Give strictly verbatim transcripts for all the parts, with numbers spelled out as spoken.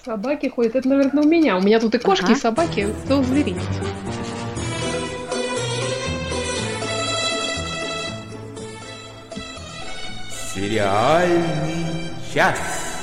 Собаки ходят, это, наверное, у меня. У меня тут и кошки, ага. и собаки, все зверинец. Сериальный час.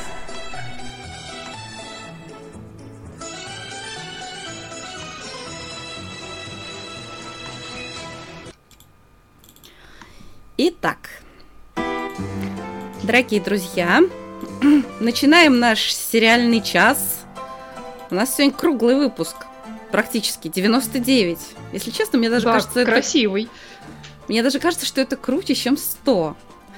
Итак, дорогие друзья, начинаем наш сериальный час. У нас сегодня круглый выпуск, практически девяносто девять. Если честно, мне даже да, кажется, красивый. Это... Мне даже кажется, что это круче, чем сто.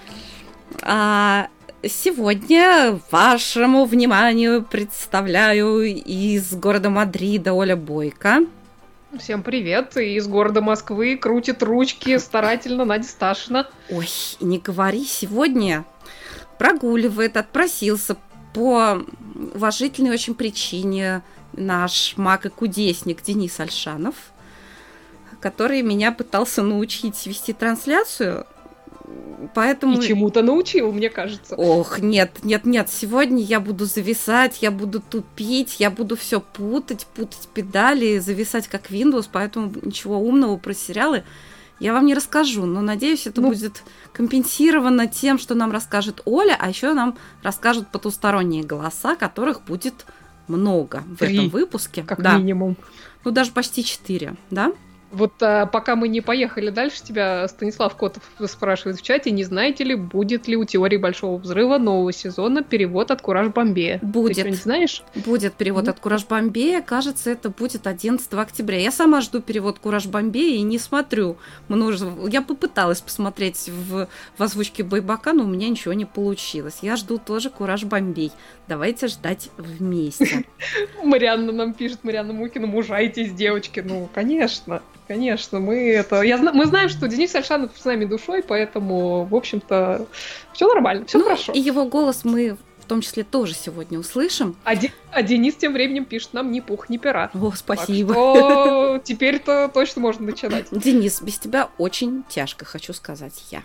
А сегодня вашему вниманию представляю из города Мадрида Оля Бойко. Всем привет, из города Москвы крутит ручки старательно Надя Сташина. Ой, не говори, сегодня прогуливает, отпросился по уважительной очень причине наш маг и кудесник Денис Альшанов, который меня пытался научить вести трансляцию. Поэтому... И чему-то научил, мне кажется. Ох, нет, нет, нет, сегодня я буду зависать, я буду тупить, я буду все путать, путать педали, зависать как Windows, поэтому ничего умного про сериалы я вам не расскажу, но надеюсь, это ну... будет компенсировано тем, что нам расскажет Оля, а еще нам расскажут потусторонние голоса, которых будет много в Три, этом выпуске. Как да. минимум. Ну, даже почти четыре, да? Вот а, пока мы не поехали дальше, тебя Станислав Котов спрашивает в чате, не знаете ли, будет ли у «Теории Большого Взрыва» нового сезона перевод от Кураж Бомбея? Будет. Ты что, не знаешь? Будет перевод mm-hmm. от Кураж Бомбея. Кажется, это будет одиннадцатого октября. Я сама жду перевод Кураж Бомбея и не смотрю. Множество... Я попыталась посмотреть в, в озвучке Байбака, но у меня ничего не получилось. Я жду тоже Кураж Бомбей. Давайте ждать вместе. Марианна нам пишет, Марианна Мухина, мужайтесь, девочки. Ну, конечно. Конечно, мы это. Я, мы знаем, что Денис Альшанов с нами душой, поэтому, в общем-то, все нормально, все ну, хорошо. И его голос мы в том числе тоже сегодня услышим. А, Де, а Денис тем временем пишет нам ни пух, ни пера. О, спасибо. Так что теперь-то точно можно начинать. Денис, без тебя очень тяжко, хочу сказать я.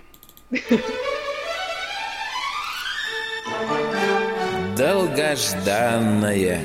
Долгожданное.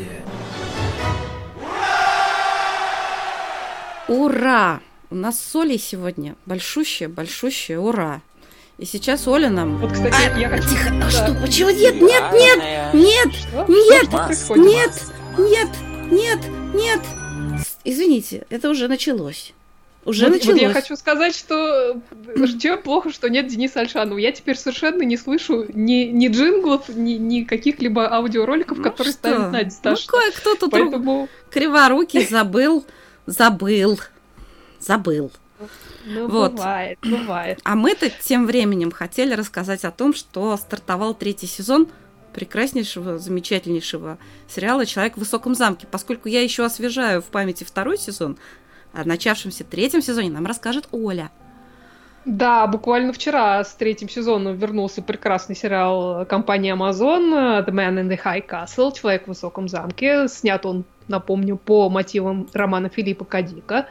Ура! У нас с Олей сегодня большущее-большущее ура! И сейчас Оля нам... Вот, кстати, а, я хочу... Тихо, да. Что, почему? Нет, нет, нет, нет, что? нет, что нет, нет, нет, нет. Извините, это уже началось. Уже вот, началось. Вот я хочу сказать, что чем плохо, что нет Дениса Альшанова. Я теперь совершенно не слышу ни, ни джинглов, ни, ни каких-либо аудиороликов, ну которые что? ставит Надя Сташина. Ну, кое-кто тут Поэтому... криворукий забыл, забыл, забыл. Ну, вот. бывает, бывает. А мы-то тем временем хотели рассказать о том, что стартовал третий сезон прекраснейшего, замечательнейшего сериала «Человек в высоком замке». Поскольку я еще освежаю в памяти второй сезон, о начавшемся третьем сезоне нам расскажет Оля. Да, буквально вчера с третьим сезоном вернулся прекрасный сериал компании Amazon «The Man in the High Castle», «Человек в высоком замке». Снят он, напомню, по мотивам романа Филиппа К. Дика.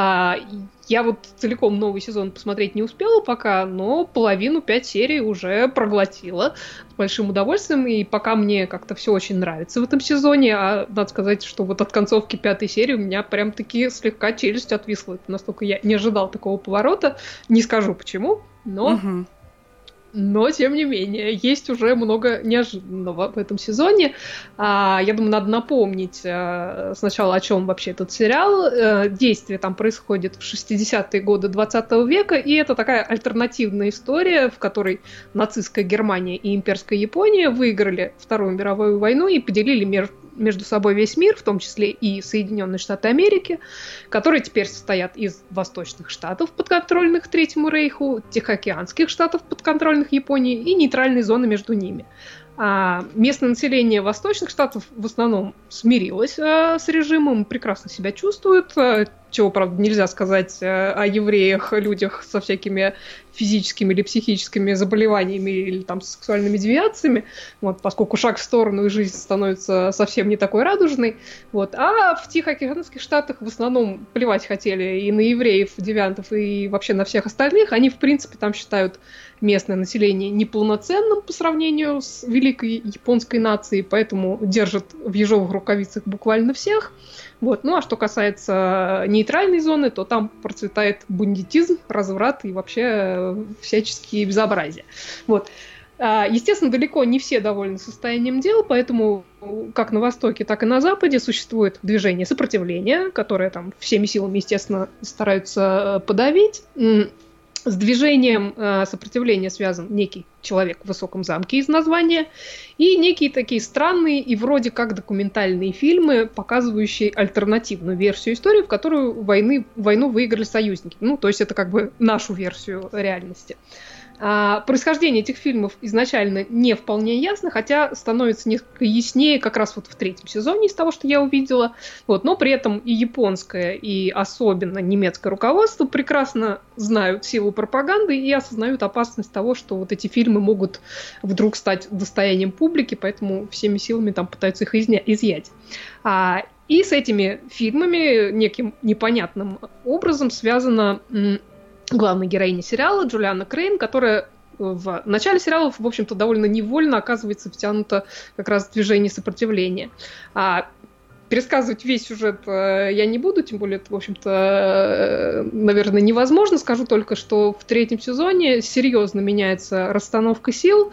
Я вот целиком новый сезон посмотреть не успела пока, но половину, пять серий уже проглотила с большим удовольствием, и пока мне как-то все очень нравится в этом сезоне, а надо сказать, что вот от концовки пятой серии у меня прям-таки слегка челюсть отвисла. Это настолько я не ожидал такого поворота, не скажу почему, но... Угу. Но, тем не менее, есть уже много неожиданного в этом сезоне. А, я думаю, надо напомнить а, сначала, о чем вообще этот сериал. А, действие там происходит в шестидесятые годы двадцатого века, и это такая альтернативная история, в которой нацистская Германия и имперская Япония выиграли Вторую мировую войну и поделили мир между собой весь мир, в том числе и Соединенные Штаты Америки, которые теперь состоят из восточных штатов, подконтрольных Третьему Рейху, тихоокеанских штатов, подконтрольных Японии, и нейтральной зоны между ними. А местное население восточных штатов в основном смирилось а, с режимом, прекрасно себя чувствует. А, чего, правда, нельзя сказать о евреях, людях со всякими физическими или психическими заболеваниями или там сексуальными девиациями, вот, поскольку шаг в сторону и жизнь становится совсем не такой радужной. Вот. А в Тихоокеанских Штатах в основном плевать хотели и на евреев, девиантов, и вообще на всех остальных. Они, в принципе, там считают местное население неполноценным по сравнению с великой японской нацией, поэтому держат в ежовых рукавицах буквально всех. Вот. Ну а что касается нейтральной зоны, то там процветает бандитизм, разврат и вообще всяческие безобразия. Вот. Естественно, далеко не все довольны состоянием дел, поэтому как на Востоке, так и на Западе существует движение сопротивления, которое там всеми силами, естественно, стараются подавить. С движением э, сопротивления связан некий человек в высоком замке из названия и некие такие странные и вроде как документальные фильмы, показывающие альтернативную версию истории, в которую войны, войну выиграли союзники. Ну, то есть это как бы нашу версию реальности. А, происхождение этих фильмов изначально не вполне ясно, хотя становится несколько яснее как раз вот в третьем сезоне из того, что я увидела. Вот, но при этом и японское, и особенно немецкое руководство прекрасно знают силу пропаганды и осознают опасность того, что вот эти фильмы могут вдруг стать достоянием публики, поэтому всеми силами там пытаются их изня- изъять. А, и с этими фильмами неким непонятным образом связано... М- главной героиня сериала Джулиана Крейн, которая в начале сериала, в общем-то, довольно невольно оказывается втянута как раз в движение сопротивления. А пересказывать весь сюжет я не буду, тем более это, в общем-то, наверное, невозможно. Скажу только, что в третьем сезоне серьезно меняется расстановка сил.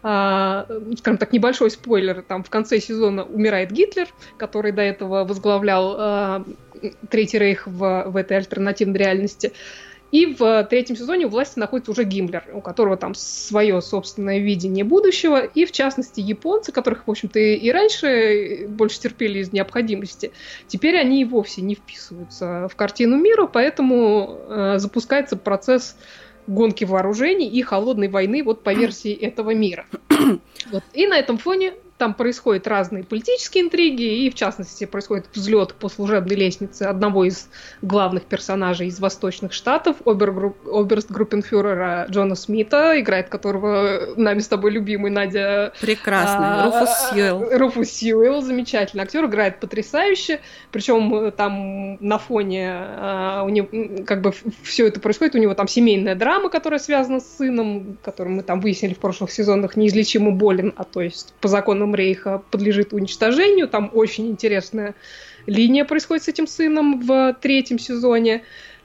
Скажем так, небольшой спойлер, там в конце сезона умирает Гитлер, который до этого возглавлял Третий рейх в, в этой альтернативной реальности. И в третьем сезоне у власти находится уже Гиммлер, у которого там свое собственное видение будущего, и в частности японцы, которых, в общем-то, и раньше больше терпели из необходимости, теперь они и вовсе не вписываются в картину мира, поэтому э, запускается процесс гонки вооружений и холодной войны вот по версии этого мира. Вот. И на этом фоне там происходят разные политические интриги, и в частности происходит взлет по служебной лестнице одного из главных персонажей из Восточных Штатов, оберстгруппенфюрера Джона Смита, играет которого нами с тобой любимый Надя... Прекрасный, Руфус Сьюэлл. Руфус Сьюэлл, замечательный актер, играет потрясающе, причем там на фоне а, у него, как бы все это происходит, у него там семейная драма, которая связана с сыном, который мы там выяснили в прошлых сезонах, неизлечимо болен, а то есть по законам Рейха подлежит уничтожению. Там очень интересная линия происходит с этим сыном в третьем сезоне.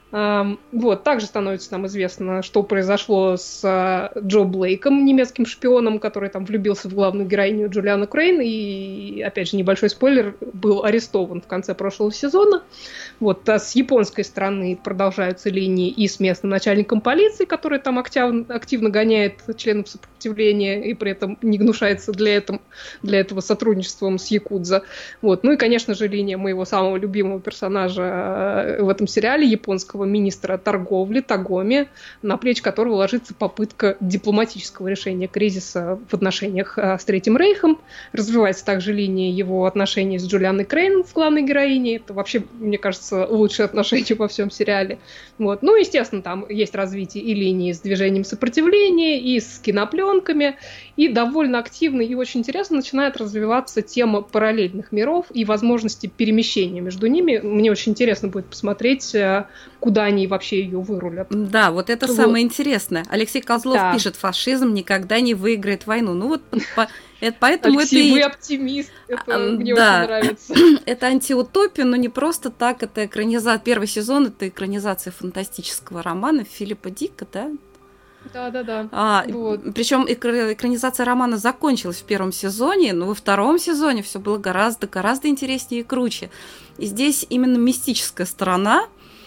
Вот. Также становится нам известно, что произошло с Джо Блейком, немецким шпионом, который там влюбился в главную героиню Джулиану Крейн и, опять же, небольшой спойлер, был арестован в конце прошлого сезона. Вот. А с японской стороны продолжаются линии и с местным начальником полиции, который там актив, активно гоняет членов сопротивления и при этом не гнушается для этого, для этого сотрудничеством с якудза. Вот. Ну и, конечно же, линия моего самого любимого персонажа в этом сериале, японского министра торговли Тагоми, на плечи которого ложится попытка дипломатического решения кризиса в отношениях с Третьим Рейхом. Развивается также линия его отношений с Джулианой Крейн, с главной героиней. Это вообще, мне кажется, лучшие отношения во всем сериале. Вот. Ну, естественно, там есть развитие и линии с движением сопротивления, и с кинопленками, и довольно активно и очень интересно начинает развиваться тема параллельных миров и возможности перемещения между ними. Мне очень интересно будет посмотреть, куда они вообще ее вырулят. Да, вот это вот. Самое интересное. Алексей Козлов да. пишет, фашизм никогда не выиграет войну. Ну вот по, это, поэтому Алексей, это... вы оптимист, это а, мне да. очень нравится. Это антиутопия, но не просто так, это экранизация, первый сезон, это экранизация фантастического романа Филиппа Дика, да? Да, да, да. А, вот. Причем экранизация романа закончилась в первом сезоне, но во втором сезоне все было гораздо, гораздо интереснее и круче. И здесь именно мистическая сторона,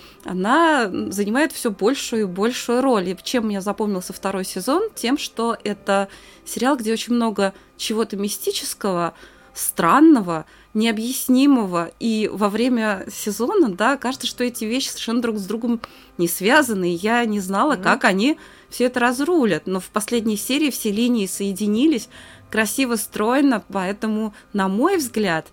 она занимает все большую и большую роль. И чем мне запомнился второй сезон? Тем, что это сериал, где очень много чего-то мистического, странного, необъяснимого. И во время сезона, да, кажется, что эти вещи совершенно друг с другом не связаны. И я не знала, mm-hmm. как они все это разрулят. Но в последней серии все линии соединились, красиво, стройно. Поэтому, на мой взгляд,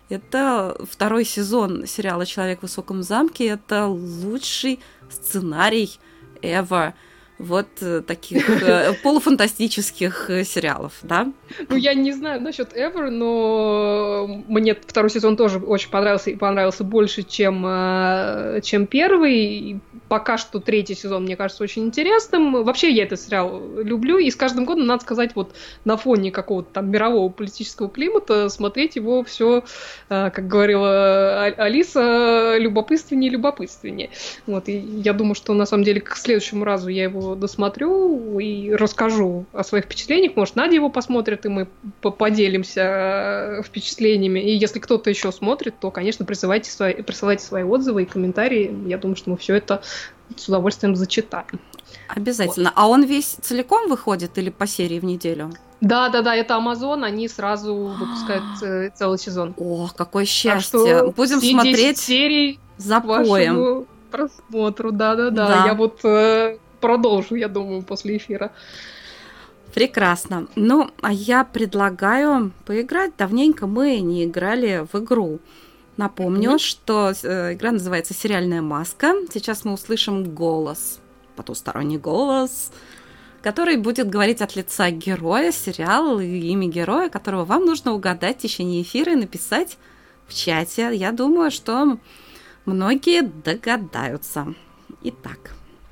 Это второй сезон сериала «Человек в высоком замке». Это лучший сценарий ever вот таких полуфантастических сериалов, да? Ну, я не знаю насчет ever, но мне второй сезон тоже очень понравился и понравился больше, чем, чем первый. Пока что третий сезон, мне кажется, очень интересным. Вообще, я этот сериал люблю, и с каждым годом, надо сказать, вот на фоне какого-то там мирового политического климата смотреть его все, как говорила Алиса, любопытственнее и любопытственнее. Вот, и я думаю, что на самом деле к следующему разу я его досмотрю и расскажу о своих впечатлениях. Может, Надя его посмотрит, и мы поделимся впечатлениями. И если кто-то еще смотрит, то, конечно, присылайте свои, присылайте свои отзывы и комментарии. Я думаю, что мы все это с удовольствием зачитаем. Обязательно. Вот. А он весь целиком выходит или по серии в неделю? Да, да, да, это Amazon, они сразу выпускают э, целый сезон. О, какое счастье! Будем смотреть серий запоем. Просмотру, да, да, да. Я вот э, продолжу, я думаю, после эфира. Прекрасно. Ну, а я предлагаю поиграть. Давненько мы не играли в игру. Напомню, mm-hmm. что э, игра называется «Сериальная маска». Сейчас мы услышим голос, потусторонний голос, который будет говорить от лица героя сериала и имя героя, которого вам нужно угадать в течение эфира и написать в чате. Я думаю, что многие догадаются. Итак.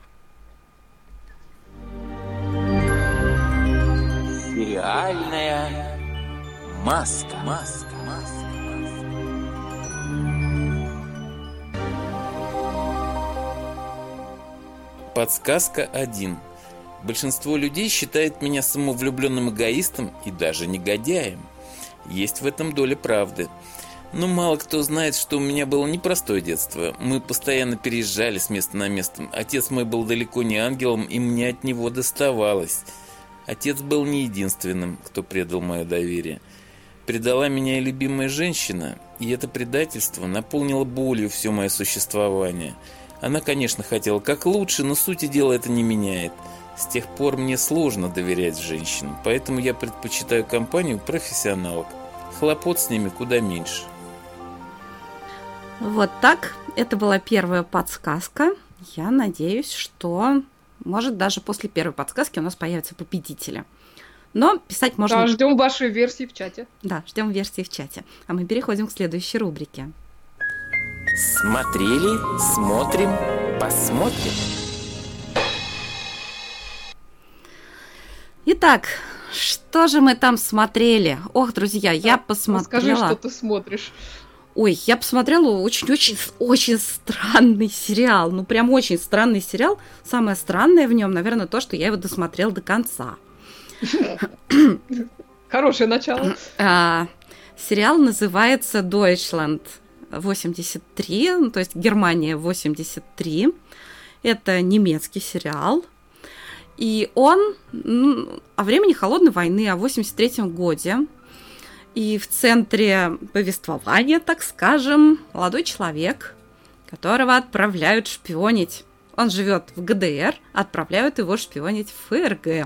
Сериальная маска. Маска. Маска. Подсказка один. Большинство людей считает меня самовлюбленным эгоистом и даже негодяем. Есть в этом доля правды. Но мало кто знает, что у меня было непростое детство. Мы постоянно переезжали с места на место. Отец мой был далеко не ангелом, и мне от него доставалось. Отец был не единственным, кто предал мое доверие. Предала меня и любимая женщина, и это предательство наполнило болью все мое существование. Она, конечно, хотела как лучше, но сути дела это не меняет. С тех пор мне сложно доверять женщинам, поэтому я предпочитаю компанию профессионалок. Хлопот с ними куда меньше. Вот так. Это была первая подсказка. Я надеюсь, что, может, даже после первой подсказки у нас появятся победители. Но писать можно... Да, ждем вашей версии в чате. Да, ждем версии в чате. А мы переходим к следующей рубрике. Смотрели, смотрим, посмотрим. Итак, что же мы там смотрели? Ох, друзья, да, я посмотрела... Скажи, что ты смотришь. Ой, я посмотрела очень-очень-очень странный сериал. Ну, прям очень странный сериал. Самое странное в нем, наверное, то, что я его досмотрела до конца. Хорошее начало. А, сериал называется «Deutschland восемьдесят три», ну, то есть Германия восемьдесят три. Это немецкий сериал. И он ну, о времени Холодной войны, о восемьдесят третьем годе. И в центре повествования, так скажем, молодой человек, которого отправляют шпионить. Он живет в ГДР, отправляют его шпионить в ФРГ.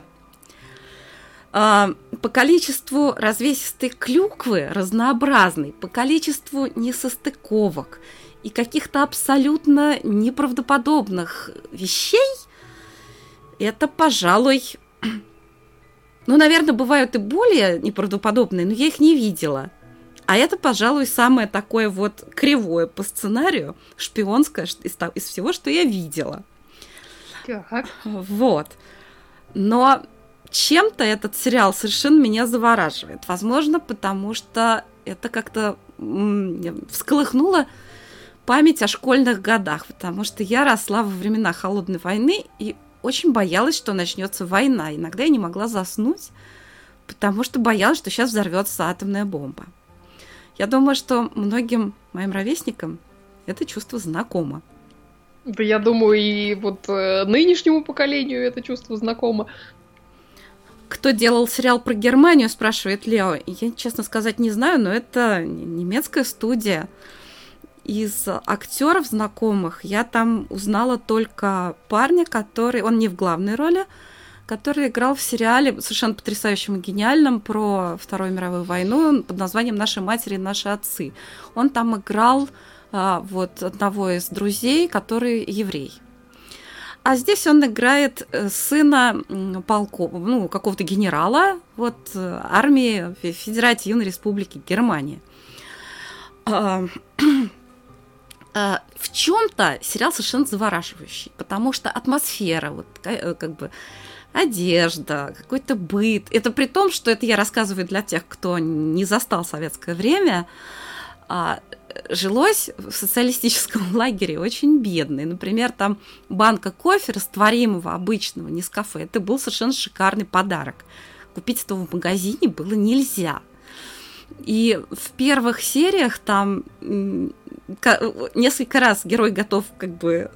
По количеству развесистой клюквы разнообразной, по количеству несостыковок и каких-то абсолютно неправдоподобных вещей, это, пожалуй... Ну, наверное, бывают и более неправдоподобные, но я их не видела. А это, пожалуй, самое такое вот кривое по сценарию, шпионское из, из всего, что я видела. Так. Вот. Но чем-то этот сериал совершенно меня завораживает. Возможно, потому что это как-то м- всколыхнуло память о школьных годах, потому что я росла во времена Холодной войны и очень боялась, что начнется война. Иногда я не могла заснуть, потому что боялась, что сейчас взорвется атомная бомба. Я думаю, что многим моим ровесникам это чувство знакомо. Да, я думаю, и вот э, нынешнему поколению это чувство знакомо. Кто делал сериал про Германию, спрашивает Лео. Я, честно сказать, не знаю, но это немецкая студия. Из актеров знакомых я там узнала только парня, который... Он не в главной роли, который играл в сериале совершенно потрясающем и гениальном про Вторую мировую войну под названием «Наши матери и наши отцы». Он там играл а, вот одного из друзей, который еврей. А здесь он играет сына полку, ну, какого-то генерала вот, армии Федеративной Республики Германия. А, а, в чем-то сериал совершенно завораживающий, потому что атмосфера, вот, как бы одежда, какой-то быт. Это при том, что это я рассказываю для тех, кто не застал советское время. А, жилось в социалистическом лагере очень бедно. И, например, там банка кофе растворимого, обычного, Нескафе, это был совершенно шикарный подарок. Купить это в магазине было нельзя. И в первых сериях там несколько раз герой готов, как бы,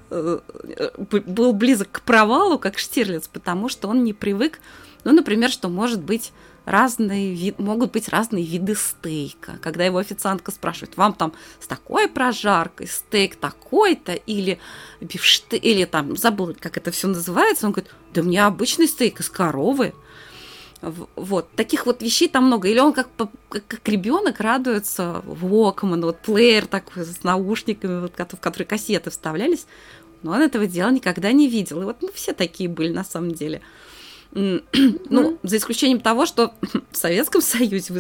был близок к провалу, как Штирлиц, потому что он не привык, ну, например, что может быть разные вид, могут быть разные виды стейка. Когда его официантка спрашивает, вам там с такой прожаркой стейк такой-то, или бифштейк, или там, забыл, как это все называется, он говорит, да у меня обычный стейк из коровы. Вот, таких вот вещей там много. Или он как, как, как ребенок радуется Walkman, вот плеер такой с наушниками, вот, в которые кассеты вставлялись, но он этого дела никогда не видел. И вот мы все такие были на самом деле. Ну, mm-hmm. за исключением того, что в Советском Союзе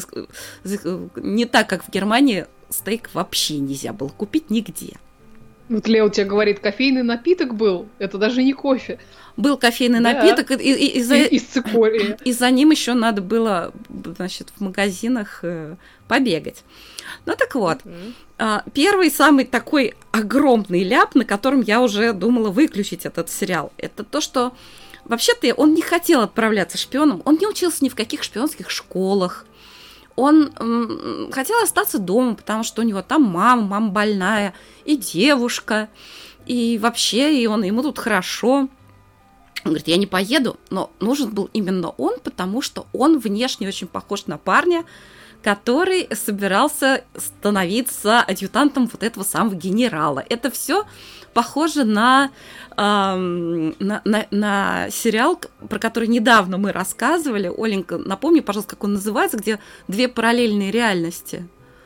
не так, как в Германии, стейк вообще нельзя было купить нигде. Вот Лео тебе говорит, кофейный напиток был, это даже не кофе. Был кофейный да. напиток, и, и, и, за, из цикории. И за ним еще надо было, значит, в магазинах побегать. Ну так вот, mm-hmm. первый самый такой огромный ляп, на котором я уже думала выключить этот сериал, это то, что вообще-то он не хотел отправляться шпионом, он не учился ни в каких шпионских школах, он м, хотел остаться дома, потому что у него там мама, мама больная, и девушка, и вообще, и он, ему тут хорошо. Он говорит, я не поеду, но нужен был именно он, потому что он внешне очень похож на парня, который собирался становиться адъютантом вот этого самого генерала. Это все похоже на, э, на, на, на сериал, про который недавно мы рассказывали. Оленька, напомни, пожалуйста, как он называется, где две параллельные реальности.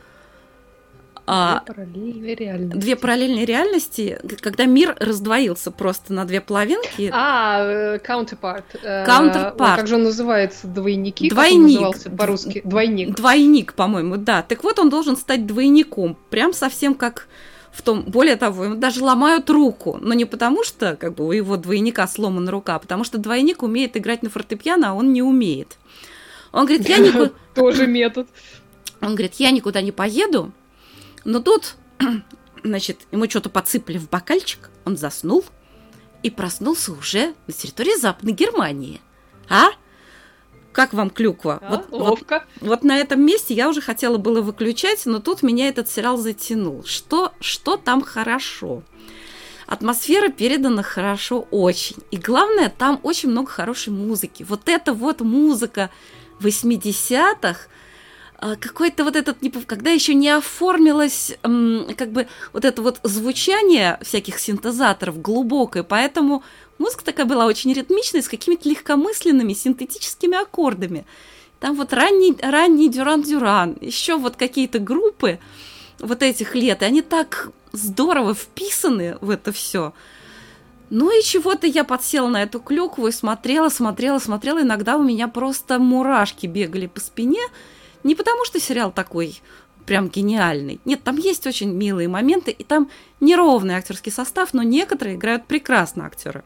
Две параллельные реальности. Две параллельные реальности, когда мир раздвоился просто на две половинки. А, counterpart. Counterpart. Ой, как же он называется? Двойники? Двойник. Как он назывался по-русски? Двойник. Двойник, по-моему, да. Так вот, он должен стать двойником. Прям совсем как в том... Более того, ему даже ломают руку. Но не потому, что как бы, у его двойника сломана рука, а потому что двойник умеет играть на фортепиано, а он не умеет. Он говорит, я никуда... Тоже метод. Он говорит, я никуда не поеду. Но тут, значит, ему что-то подсыпали в бокальчик, он заснул и проснулся уже на территории Западной Германии. А? Как вам клюква? А, вот, ловко. Вот, вот на этом месте я уже хотела было выключать, но тут меня этот сериал затянул. Что, что там хорошо? Атмосфера передана хорошо очень. И главное, там очень много хорошей музыки. Вот эта вот музыка восьмидесятых, какой-то вот этот, когда еще не оформилось как бы вот это вот звучание всяких синтезаторов глубокое, поэтому музыка такая была очень ритмичная, с какими-то легкомысленными синтетическими аккордами. Там вот ранний, ранний Дюран-Дюран, еще вот какие-то группы вот этих лет, и они так здорово вписаны в это все. Ну и чего-то я подсела на эту клюкву и смотрела, смотрела, смотрела. Иногда у меня просто мурашки бегали по спине. Не потому, что сериал такой прям гениальный. Нет, там есть очень милые моменты, и там неровный актерский состав, но некоторые играют прекрасно актеры.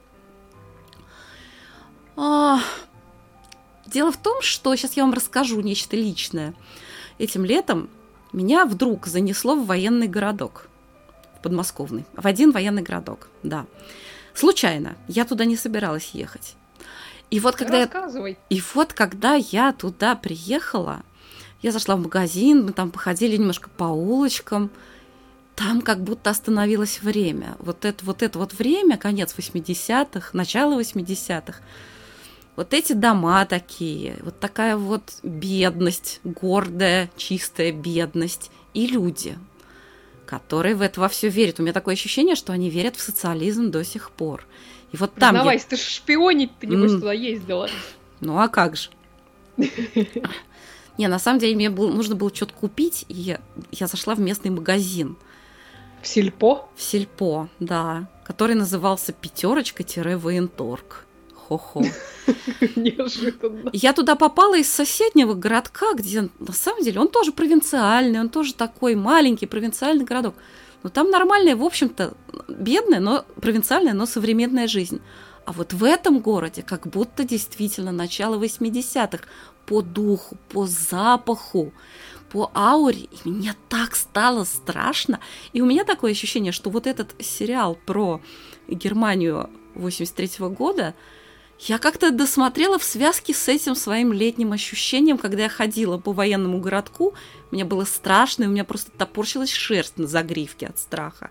А... Дело в том, что сейчас я вам расскажу нечто личное. Этим летом меня вдруг занесло в военный городок, в подмосковный, в один военный городок, да. Случайно, я туда не собиралась ехать. И вот когда я... И вот когда я туда приехала, я зашла в магазин, мы там походили немножко по улочкам, там как будто остановилось время. Вот это вот, это вот время, конец восьмидесятых, начало восьмидесятых, вот эти дома такие, вот такая вот бедность, гордая, чистая бедность и люди. которые в это во все верят. У меня такое ощущение, что они верят в социализм до сих пор. И вот там Признавайся, я... ты ж шпионить-то, небось, mm. туда ездила. Ну, а как же? Не, на самом деле, мне было, нужно было что-то купить, и я, я зашла в местный магазин. В Сельпо? В Сельпо, да. Который назывался «Пятерочка-военторг». Хо-хо. Неожиданно. Я туда попала из соседнего городка, где, на самом деле, он тоже провинциальный, он тоже такой маленький провинциальный городок. Но там нормальная, в общем-то, бедная, но провинциальная, но современная жизнь. А вот в этом городе как будто действительно начало восьмидесятых. По духу, по запаху, по ауре. И мне так стало страшно. И у меня такое ощущение, что вот этот сериал про Германию восемьдесят третьего года я как-то досмотрела в связке с этим своим летним ощущением, когда я ходила по военному городку. Мне было страшно, и у меня просто топорщилась шерсть на загривке от страха.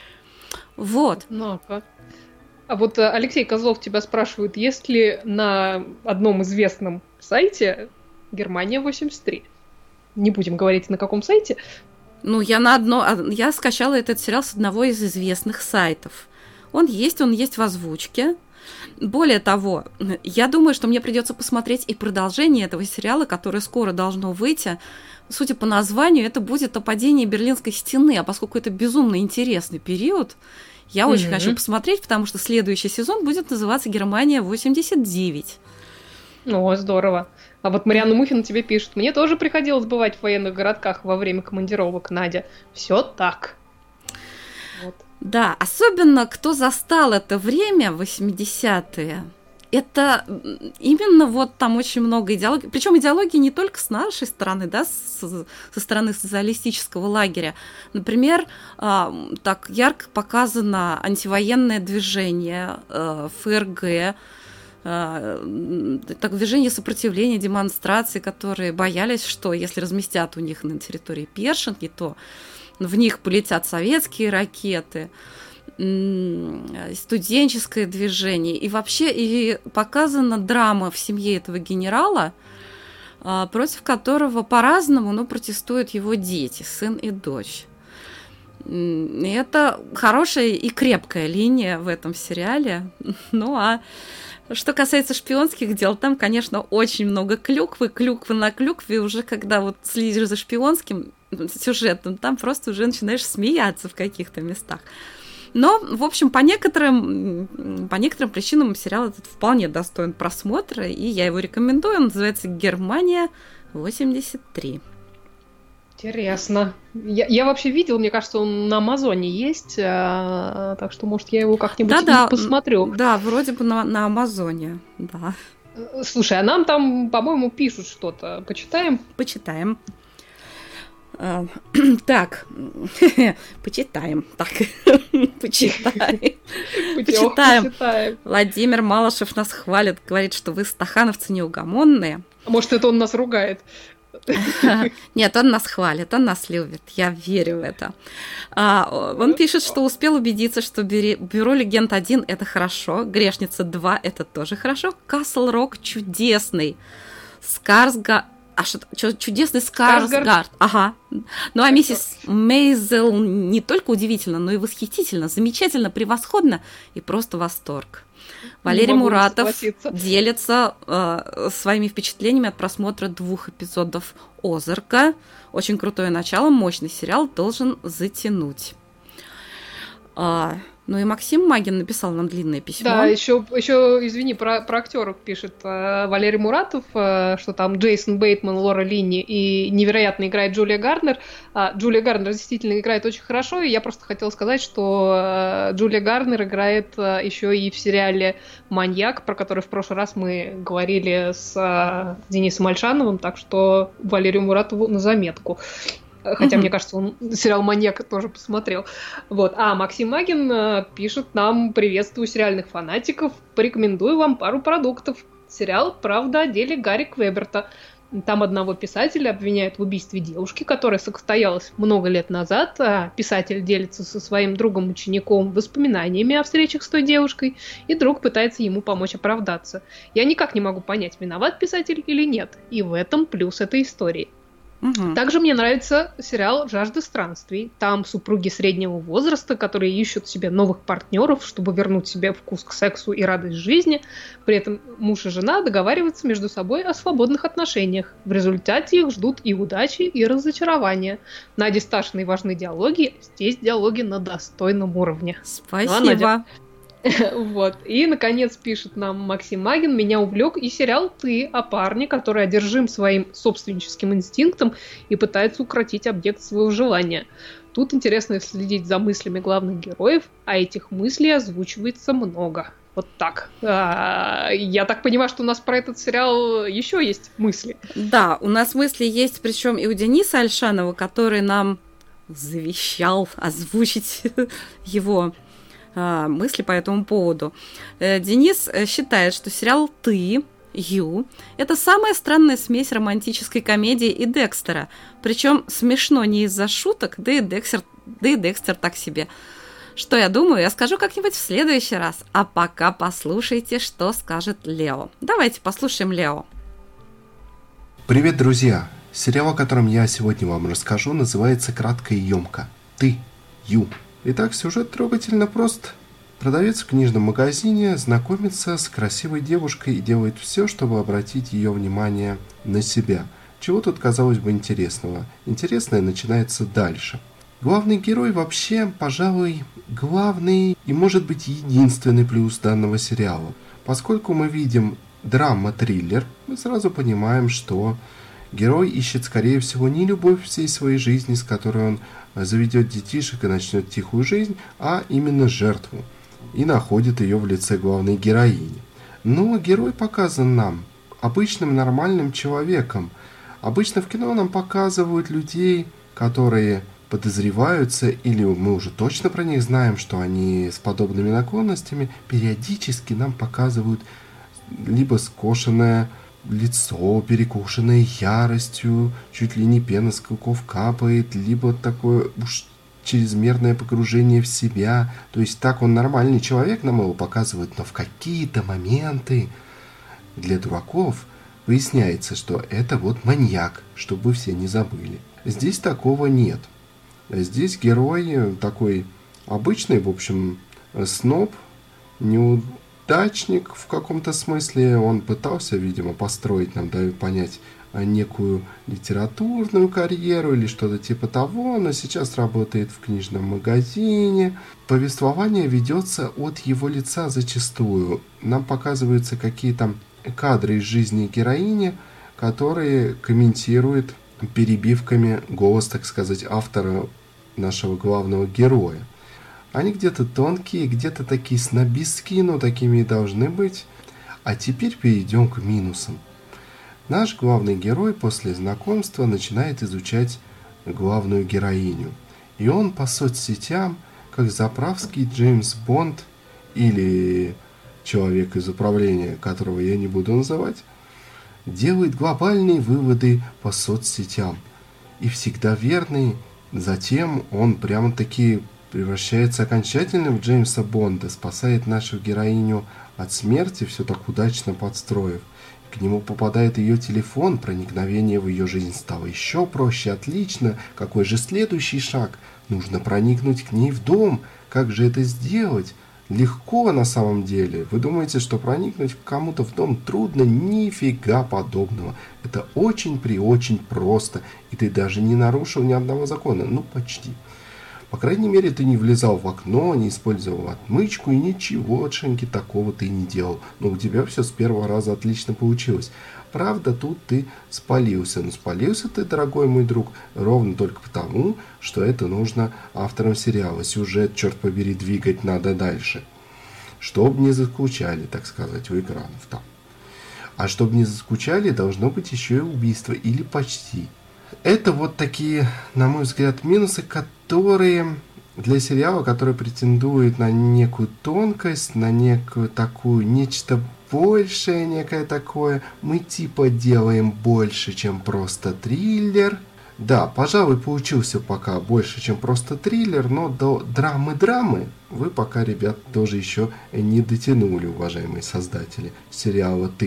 Вот. Ну-ка. А вот Алексей Козлов тебя спрашивает, есть ли на одном известном сайте Германия восемьдесят три? Не будем говорить, на каком сайте. Ну, я на одно... Я скачала этот сериал с одного из известных сайтов. Он есть, он есть в озвучке. Более того, я думаю, что мне придется посмотреть и продолжение этого сериала, которое скоро должно выйти. Судя по названию, это будет о падении Берлинской стены, а поскольку это безумно интересный период, я mm-hmm. очень хочу посмотреть, потому что следующий сезон будет называться «Германия восемьдесят девять». О, здорово. А вот Марьяна Мухина тебе пишет: мне тоже приходилось бывать в военных городках во время командировок, Надя. Все так. Вот. Да, особенно кто застал это время, восьмидесятые, это именно вот там очень много идеологии. Причем идеологии не только с нашей стороны, да, со, со стороны социалистического лагеря. Например, так ярко показано антивоенное движение ФРГ, так, движение сопротивления, демонстрации, которые боялись, что если разместят у них на территории Першинки, то в них полетят советские ракеты, студенческое движение. И вообще и показана драма в семье этого генерала, против которого по-разному, но протестуют его дети, сын и дочь. И это хорошая и крепкая линия в этом сериале. Ну а что касается шпионских дел, там, конечно, очень много клюквы, клюквы на клюкве. Уже когда вот следишь за шпионским сюжетом, там просто уже начинаешь смеяться в каких-то местах. Но, в общем, по некоторым, по некоторым причинам сериал этот вполне достоин просмотра, и я его рекомендую. Он называется «Германия восемьдесят три». Интересно. Я, я вообще видел, мне кажется, он на Амазоне есть, а, так что, может, я его как-нибудь да, посмотрю. Да, вроде бы на, на Амазоне, да. Слушай, а нам там, по-моему, пишут что-то. Почитаем? Почитаем. Так, почитаем. Так, почитаем. Почитаем. Владимир Малышев нас хвалит, говорит, что вы, стахановцы, неугомонные. А может, это он нас ругает? Нет, он нас хвалит, он нас любит, я верю в это. А, он пишет, что успел убедиться, что Бюро Легенд один это хорошо, Грешница два это тоже хорошо, Касл Рок чудесный, Скарсгард, а что, чудесный Скарсгард, ага. Ну а миссис Мейзел не только удивительно, но и восхитительно, замечательно, превосходно и просто восторг. Валерий Муратов делится э, своими впечатлениями от просмотра двух эпизодов «Озарка». Очень крутое начало, мощный сериал, должен затянуть. А, ну и Максим Магин написал нам длинное письмо. Да, еще, еще извини, про, про актеров пишет э, Валерий Муратов, э, что там Джейсон Бейтман, Лора Линни и невероятно играет Джулия Гарднер. А, Джулия Гарднер действительно играет очень хорошо, и я просто хотела сказать, что э, Джулия Гарднер играет э, еще и в сериале «Маньяк», про который в прошлый раз мы говорили с э, Денисом Альшановым, так что Валерию Муратову на заметку. Хотя, mm-hmm. мне кажется, он сериал «Маньяк» тоже посмотрел. Вот. А Максим Магин э, пишет нам: приветствую сериальных фанатиков, порекомендую вам пару продуктов. Сериал «Правда о деле Гарри Квеберта». Там одного писателя обвиняют в убийстве девушки, которая состоялась много лет назад. А писатель делится со своим другом-учеником воспоминаниями о встречах с той девушкой, и друг пытается ему помочь оправдаться. Я никак не могу понять, виноват писатель или нет. И в этом плюс этой истории. Угу. Также мне нравится сериал «Жажда странствий». Там супруги среднего возраста, которые ищут себе новых партнеров, чтобы вернуть себе вкус к сексу и радость жизни. При этом муж и жена договариваются между собой о свободных отношениях. В результате их ждут и удачи, и разочарования. Наде Сташиной важны диалоги. Здесь диалоги на достойном уровне. Спасибо. Вот. И, наконец, пишет нам Максим Магин: меня увлек и сериал «Ты» о парне, который одержим своим собственническим инстинктом и пытается укротить объект своего желания. Тут интересно следить за мыслями главных героев, а этих мыслей озвучивается много. Вот так. А, я так понимаю, что у нас про этот сериал еще есть мысли. Да, у нас мысли есть, причем и у Дениса Альшанова, который нам завещал озвучить его мысли по этому поводу. Денис считает, что сериал «Ты», «Ю» — это самая странная смесь романтической комедии и Декстера. Причем смешно не из-за шуток, да и Декстер, да и Декстер так себе. Что я думаю, я скажу как-нибудь в следующий раз. А пока послушайте, что скажет Лео. Давайте послушаем Лео. Привет, друзья! Сериал, о котором я сегодня вам расскажу, называется кратко и емко «Ты, Ю». Итак, сюжет трогательно прост. Продавец в книжном магазине знакомится с красивой девушкой и делает все, чтобы обратить ее внимание на себя. Чего тут, казалось бы, интересного? Интересное начинается дальше. Главный герой вообще, пожалуй, главный и, может быть, единственный плюс данного сериала. Поскольку мы видим драма-триллер, мы сразу понимаем, что герой ищет, скорее всего, не любовь всей своей жизни, с которой он заведет детишек и начнет тихую жизнь, а именно жертву. И находит ее в лице главной героини. Но герой показан нам обычным нормальным человеком. Обычно в кино нам показывают людей, которые подозреваются, или мы уже точно про них знаем, что они с подобными наклонностями. Периодически нам показывают либо скошенное лицо, перекошенное яростью, чуть ли не пена с клыков капает, либо такое уж чрезмерное погружение в себя. То есть так он нормальный человек, нам его показывают, но в какие-то моменты для дураков выясняется, что это вот маньяк, чтобы все не забыли. Здесь такого нет. Здесь герой такой обычный, в общем, сноб, неудачник в каком-то смысле. Он пытался, видимо, построить, нам дают понять, некую литературную карьеру или что-то типа того, но сейчас работает в книжном магазине. Повествование ведется от его лица зачастую. Нам показываются какие-то кадры из жизни героини, которые комментирует перебивками голос, так сказать, автора нашего главного героя. Они где-то тонкие, где-то такие снобистские, но такими и должны быть. А теперь перейдем к минусам. Наш главный герой после знакомства начинает изучать главную героиню. И он по соцсетям, как заправский Джеймс Бонд или человек из управления, которого я не буду называть, делает глобальные выводы по соцсетям. И всегда верный. Затем он прямо-таки превращается окончательно в Джеймса Бонда, спасает нашу героиню от смерти, все так удачно подстроив. К нему попадает ее телефон, проникновение в ее жизнь стало еще проще, отлично. Какой же следующий шаг? Нужно проникнуть к ней в дом. Как же это сделать? Легко на самом деле. Вы думаете, что проникнуть к кому-то в дом трудно? Нифига подобного. Это очень при очень просто. И ты даже не нарушил ни одного закона. Ну, почти. По крайней мере, ты не влезал в окно, не использовал отмычку и ничегошеньки такого ты не делал. Но у тебя все с первого раза отлично получилось. Правда, тут ты спалился. Но спалился ты, дорогой мой друг, ровно только потому, что это нужно авторам сериала. Сюжет, черт побери, двигать надо дальше. Чтоб не заскучали, так сказать, у экранов там. А чтобы не заскучали, должно быть еще и убийство. Или почти. Это вот такие, на мой взгляд, минусы, которые для сериала, который претендует на некую тонкость, на некую такую, нечто большее, некое такое. Мы типа делаем больше, чем просто триллер. Да, пожалуй, получился пока больше, чем просто триллер, но до драмы-драмы вы пока, ребят, тоже еще не дотянули, уважаемые создатели сериала «Ты».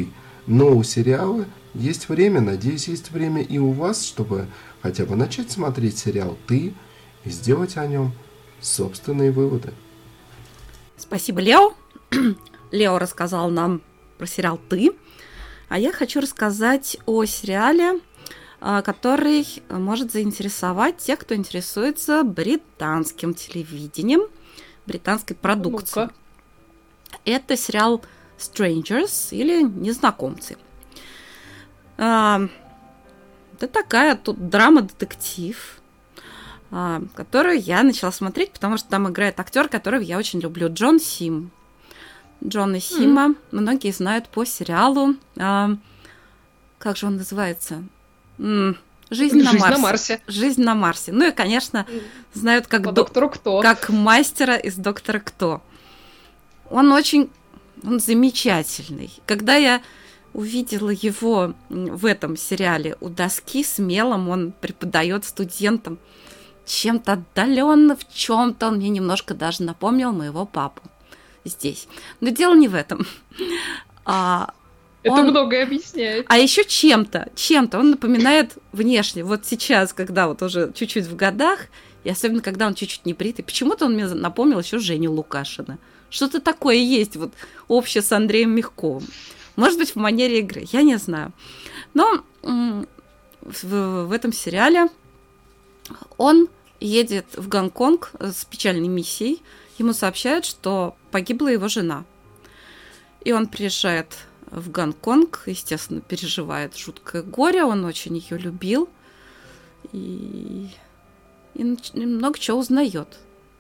Но у сериала есть время, надеюсь, есть время и у вас, чтобы хотя бы начать смотреть сериал «Ты» и сделать о нем собственные выводы. Спасибо, Лео. Лео рассказал нам про сериал «Ты», а я хочу рассказать о сериале, который может заинтересовать тех, кто интересуется британским телевидением, британской продукцией. Ну-ка. Это сериал Strangers или Незнакомцы. Это такая тут драма-детектив, которую я начала смотреть, потому что там играет актер, которого я очень люблю, Джон Сим. Джона Сима mm. многие знают по сериалу. Как же он называется? Жизнь, Жизнь на, Марсе. на Марсе. Жизнь на Марсе. Ну и, конечно, знают как, по доктору Кто. Как мастера из Доктора Кто. Он очень он замечательный. Когда я увидела его в этом сериале у доски с мелом, он преподает студентам чем-то отдаленно, в чем-то он мне немножко даже напомнил моего папу здесь. Но дело не в этом. А, Это он... многое объясняет. А еще чем-то, чем-то он напоминает внешне. Вот сейчас, когда вот уже чуть-чуть в годах, и особенно когда он чуть-чуть не бритый, почему-то он мне напомнил еще Женю Лукашина. Что-то такое есть вот общее с Андреем Мягковым. Может быть, в манере игры, я не знаю. Но в, в этом сериале он едет в Гонконг с печальной миссией. Ему сообщают, что погибла его жена. И он приезжает в Гонконг, естественно, переживает жуткое горе. Он очень ее любил. И, и много чего узнает.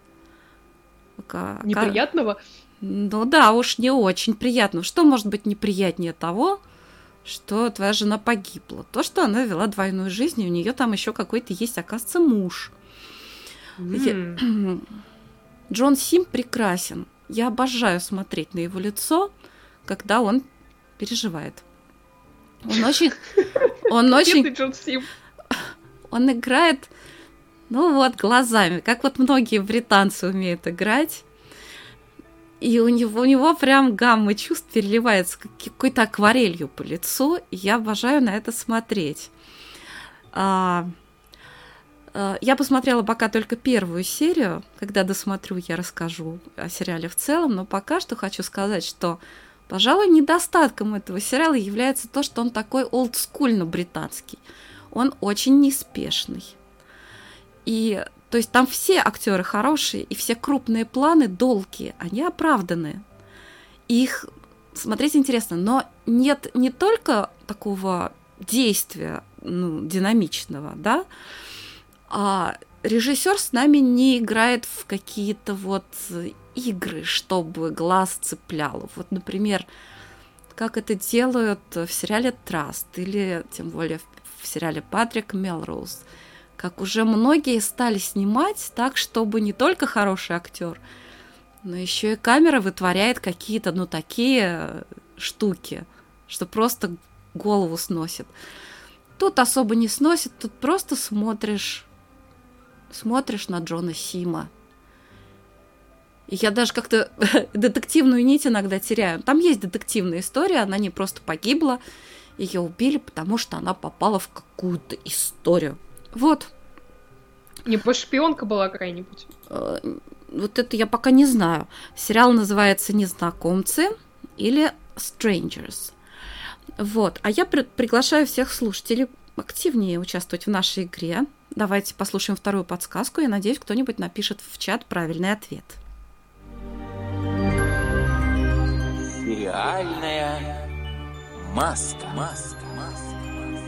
Неприятного? Ну да, уж не очень приятно. Что может быть неприятнее того, что твоя жена погибла? То, что она вела двойную жизнь, и у нее там еще какой-то есть, оказывается, муж. Mm. Я... Джон Сим прекрасен. Я обожаю смотреть на его лицо, когда он переживает. Он очень... Он очень... Джон Сим. Он играет, ну вот, глазами, как вот многие британцы умеют играть. И у него, у него прям гамма чувств переливается какой-то акварелью по лицу, и я обожаю на это смотреть. А, а, я посмотрела пока только первую серию. Когда досмотрю, я расскажу о сериале в целом, но пока что хочу сказать, что, пожалуй, недостатком этого сериала является то, что он такой олдскульно-британский. Он очень неспешный. И то есть там все актеры хорошие, и все крупные планы долгие, они оправданы. Их смотреть интересно, но нет не только такого действия, ну, динамичного, да, а режиссер с нами не играет в какие-то вот игры, чтобы глаз цеплял. Вот, например, как это делают в сериале «Траст» или тем более в сериале «Патрик Мелроуз», как уже многие стали снимать так, чтобы не только хороший актер, но еще и камера вытворяет какие-то, ну, такие штуки, что просто голову сносит. Тут особо не сносит, тут просто смотришь, смотришь на Джона Сима. И я даже как-то детективную нить иногда теряю. Там есть детективная история, она не просто погибла, ее убили, потому что она попала в какую-то историю. Вот. Небось, шпионка была какая-нибудь? Вот это я пока не знаю. Сериал называется «Незнакомцы» или «Strangers». Вот. А я при- приглашаю всех слушателей активнее участвовать в нашей игре. Давайте послушаем вторую подсказку. Я надеюсь, кто-нибудь напишет в чат правильный ответ. Сериальная маска. Маска. Маска.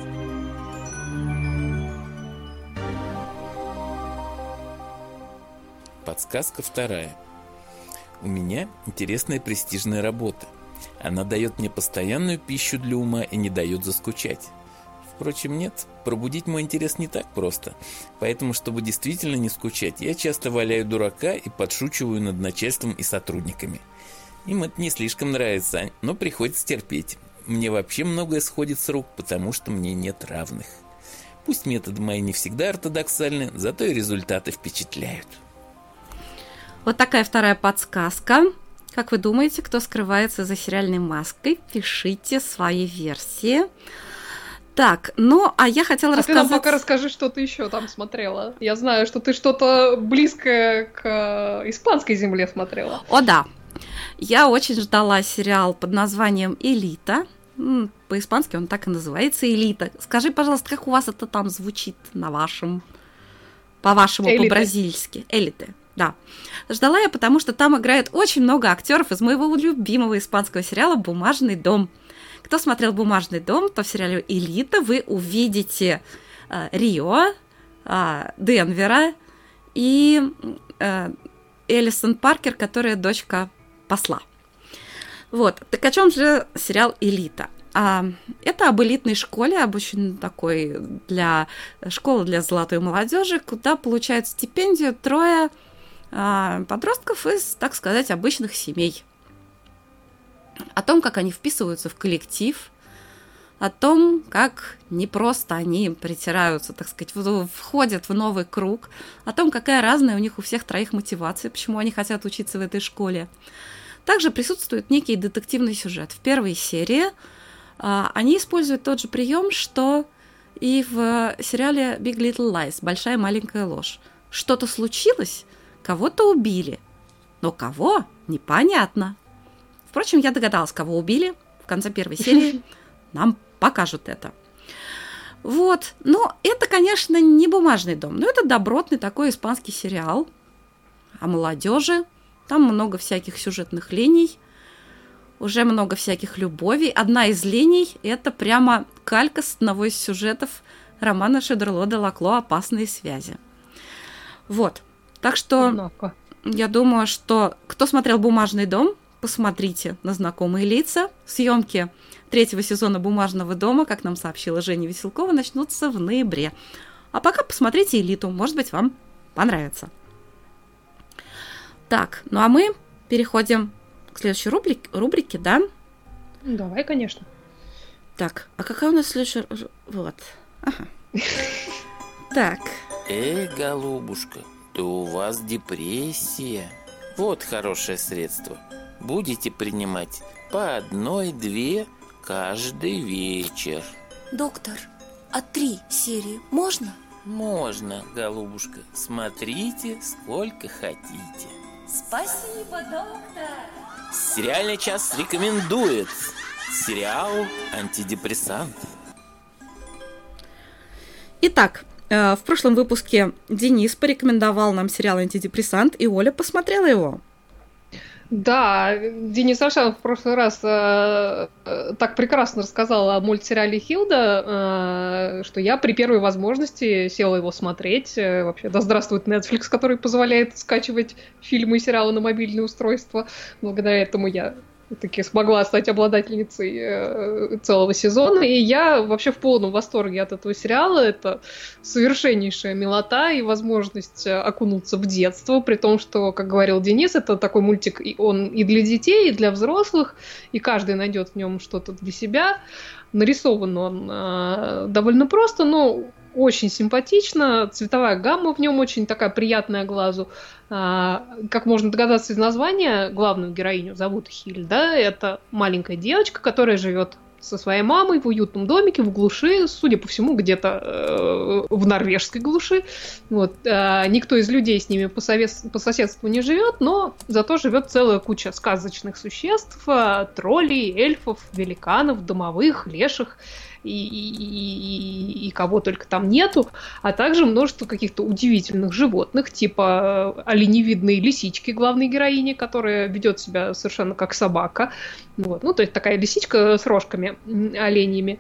Подсказка вторая. У меня интересная престижная работа. Она дает мне постоянную пищу для ума и не дает заскучать. Впрочем, нет, пробудить мой интерес не так просто. Поэтому, чтобы действительно не скучать, я часто валяю дурака и подшучиваю над начальством и сотрудниками. Им это не слишком нравится, но приходится терпеть. Мне вообще многое сходит с рук, потому что мне нет равных. Пусть методы мои не всегда ортодоксальны, зато и результаты впечатляют. Вот такая вторая подсказка. Как вы думаете, кто скрывается за сериальной маской? Пишите свои версии. Так, ну, а я хотела а рассказать... ты нам пока расскажи, что ты еще там смотрела. Я знаю, что ты что-то близкое к испанской земле смотрела. О, да. Я очень ждала сериал под названием «Элита». По-испански он так и называется, «Элита». Скажи, пожалуйста, как у вас это там звучит на вашем... По-вашему, Элиты. по-бразильски? «Элиты». Да. Ждала я, потому что там играет очень много актеров из моего любимого испанского сериала «Бумажный дом». Кто смотрел «Бумажный дом», то в сериале «Элита» вы увидите э, Рио, э, Денвера и э, Элисон Паркер, которая дочка посла. Вот. Так о чем же сериал «Элита»? А, это об элитной школе, об очень такой для школы для золотой молодежи, куда получают стипендию трое а, подростков из, так сказать, обычных семей. О том, как они вписываются в коллектив, о том, как непросто они притираются, так сказать, входят в новый круг, о том, какая разная у них у всех троих мотивация, почему они хотят учиться в этой школе. Также присутствует некий детективный сюжет. В первой серии а, они используют тот же прием, что и в сериале Big Little Lies, «Большая маленькая ложь». Что-то случилось, кого-то убили, но кого – непонятно. Впрочем, я догадалась, кого убили. В конце первой серии нам покажут это. Вот. Но это, конечно, не «Бумажный дом», но это добротный такой испанский сериал о молодежи. Там много всяких сюжетных линий, уже много всяких любовей. Одна из линий – это прямо калька с одного из сюжетов романа Шидерло де Лакло «Опасные связи». Вот. Так что Однако. Я думаю, что кто смотрел «Бумажный дом», посмотрите на знакомые лица. Съемки третьего сезона «Бумажного дома», как нам сообщила Женя Веселкова, начнутся в ноябре. А пока посмотрите «Элиту», может быть, вам понравится. Так, ну а мы переходим к следующей рубрике, рубрике, да? Давай, конечно. Так, а какая у нас следующая... Вот. Ага. Так. Эй, голубушка, то у вас депрессия. Вот хорошее средство. Будете принимать по одной-две каждый вечер. Доктор, а три серии можно? Можно, голубушка. Смотрите, сколько хотите. Спасибо, доктор. Сериальный час рекомендует сериал «Антидепрессант». Итак, в прошлом выпуске Денис порекомендовал нам сериал «Антидепрессант», и Оля посмотрела его. Да, Денис Ашан в прошлый раз э, э, так прекрасно рассказал о мультсериале «Хилда», э, что я при первой возможности села его смотреть. Э, вообще, да здравствует Netflix, который позволяет скачивать фильмы и сериалы на мобильные устройства. Благодаря этому я таки смогла стать обладательницей э, целого сезона. И я вообще в полном восторге от этого сериала. Это совершеннейшая милота и возможность окунуться в детство, при том, что, как говорил Денис, это такой мультик, и он и для детей, и для взрослых, и каждый найдет в нем что-то для себя. Нарисован он э, довольно просто, но очень симпатично. Цветовая гамма в нем очень такая приятная глазу. А, как можно догадаться из названия, главную героиню зовут Хильда. Это маленькая девочка, которая живет со своей мамой в уютном домике в глуши, судя по всему, где-то э, в норвежской глуши. Вот. А, никто из людей с ними по, совес- по соседству не живет, но зато живет целая куча сказочных существ, а, троллей, эльфов, великанов, домовых, леших и, и, и, и кого только там нету, а также множество каких-то удивительных животных, типа оленевидной лисички главной героини, которая ведет себя совершенно как собака. Вот. Ну, то есть такая лисичка с рожками оленьими.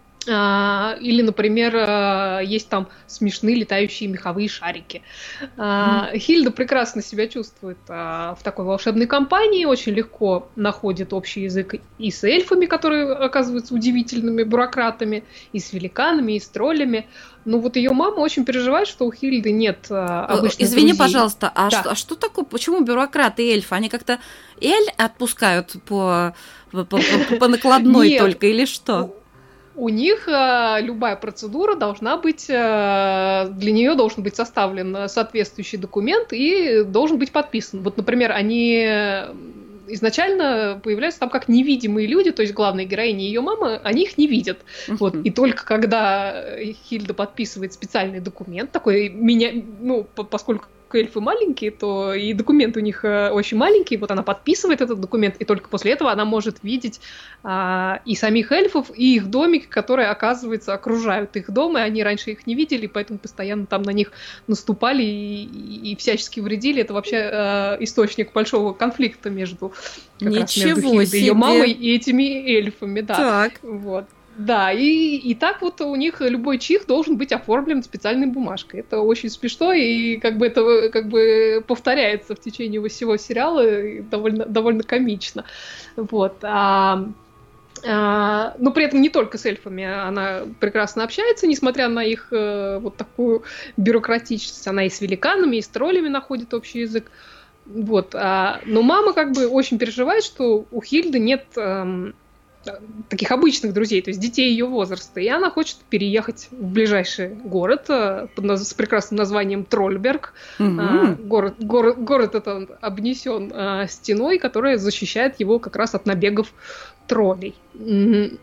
Или, например, есть там смешные летающие меховые шарики. Mm. Хильда прекрасно себя чувствует в такой волшебной компании, очень легко находит общий язык и с эльфами, которые оказываются удивительными бюрократами, и с великанами, и с троллями. Но вот ее мама очень переживает, что у Хильды нет обычных Извини, друзей. пожалуйста, а, да. что, а что такое, почему бюрократы и эльфы? Они как-то эль отпускают по, по, по, по накладной Нет. только или что? У них э, любая процедура должна быть, э, для нее должен быть составлен соответствующий документ и должен быть подписан. Вот, например, они изначально появляются там как невидимые люди, то есть главная героиня и ее мама, они их не видят. Uh-huh. Вот. И только когда Хильда подписывает специальный документ, такой, меня, ну, поскольку эльфы маленькие, то и документы у них очень маленькие, вот она подписывает этот документ, и только после этого она может видеть а, и самих эльфов, и их домики, которые, оказывается, окружают их дом, и они раньше их не видели, поэтому постоянно там на них наступали и, и, и всячески вредили. Это вообще а, источник большого конфликта между, как раз между Хильдой и ее мамой и этими эльфами, да. Так. Вот. Да, и, и так вот у них любой чих должен быть оформлен специальной бумажкой. Это очень смешно, и как бы это как бы повторяется в течение всего сериала, и довольно, довольно комично. Вот. А, а, но при этом не только с эльфами она прекрасно общается, несмотря на их э, вот такую бюрократичность. Она и с великанами, и с троллями находит общий язык. Вот. А, но мама как бы очень переживает, что у Хильды нет... Э, таких обычных друзей, то есть детей ее возраста, и она хочет переехать в ближайший город под, с прекрасным названием Трольберг. Mm-hmm. А, город, город, город этот обнесен а, стеной, которая защищает его как раз от набегов троллей. Mm-hmm.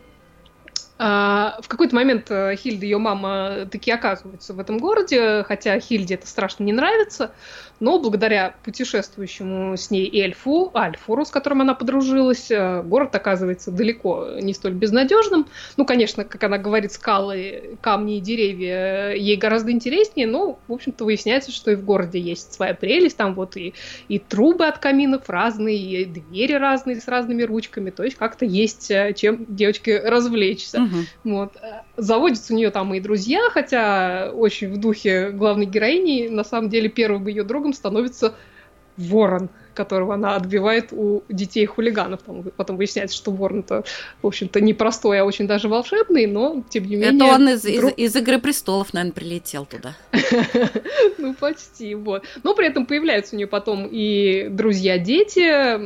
А, в какой-то момент Хильда и ее мама таки оказываются в этом городе, хотя Хильде это страшно не нравится, но благодаря путешествующему с ней эльфу, Альфуру, с которым она подружилась, город оказывается далеко не столь безнадежным. Ну, конечно, как она говорит, скалы, камни и деревья ей гораздо интереснее, но, в общем-то, выясняется, что и в городе есть своя прелесть, там вот и, и трубы от каминов разные, и двери разные с разными ручками, то есть как-то есть чем девочке развлечься. Угу. Вот. Заводятся у нее там и друзья, хотя очень в духе главной героини, на самом деле первым ее другом становится ворон, которого она отбивает у детей-хулиганов. Там потом выясняется, что ворон-то, в общем-то, не простой, а очень даже волшебный, но, тем не менее... Это он из, друг... из, из «Игры престолов», наверное, прилетел туда. Ну, почти, вот. Но при этом появляются у нее потом и друзья-дети.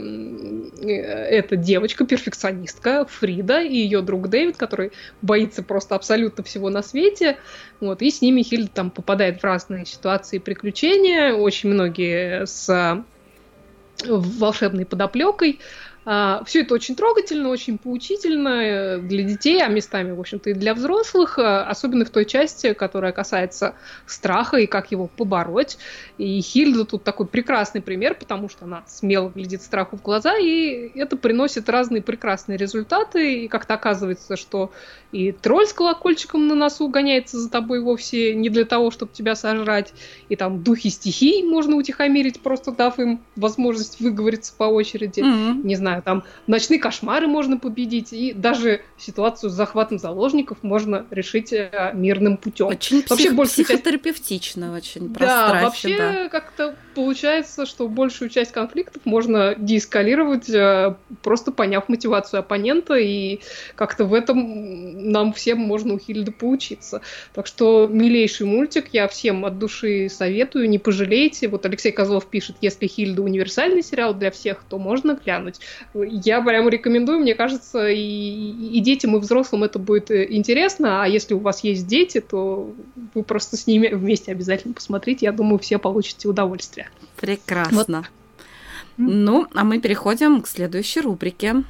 Это девочка-перфекционистка Фрида и ее друг Дэвид, который боится просто абсолютно всего на свете. Вот. И с ними Хильда там попадает в разные ситуации и приключения. Очень многие с волшебной подоплекой. Все это очень трогательно, очень поучительно для детей, а местами, в общем-то, и для взрослых, особенно в той части, которая касается страха и как его побороть. И Хильда тут такой прекрасный пример, потому что она смело глядит страху в глаза, и это приносит разные прекрасные результаты. И как-то оказывается, что и тролль с колокольчиком на носу гоняется за тобой вовсе не для того, чтобы тебя сожрать, и там духи стихий можно утихомирить, просто дав им возможность выговориться по очереди. Mm-hmm. Не знаю, там ночные кошмары можно победить, и даже ситуацию с захватом заложников можно решить мирным путем. Очень вообще, псих- психотерапевтично, часть... очень про да, страхи, вообще да. Как-то получается, что большую часть конфликтов можно деэскалировать, просто поняв мотивацию оппонента, и как-то в этом нам всем можно у Хильды поучиться. Так что милейший мультик, я всем от души советую, не пожалейте. Вот Алексей Козлов пишет, если Хильда универсальный сериал для всех, то можно глянуть. Я прямо рекомендую, мне кажется, и, и детям, и взрослым это будет интересно, а если у вас есть дети, то вы просто с ними вместе обязательно посмотрите, я думаю, все получите удовольствие. Прекрасно. Вот. Ну, а мы переходим к следующей рубрике.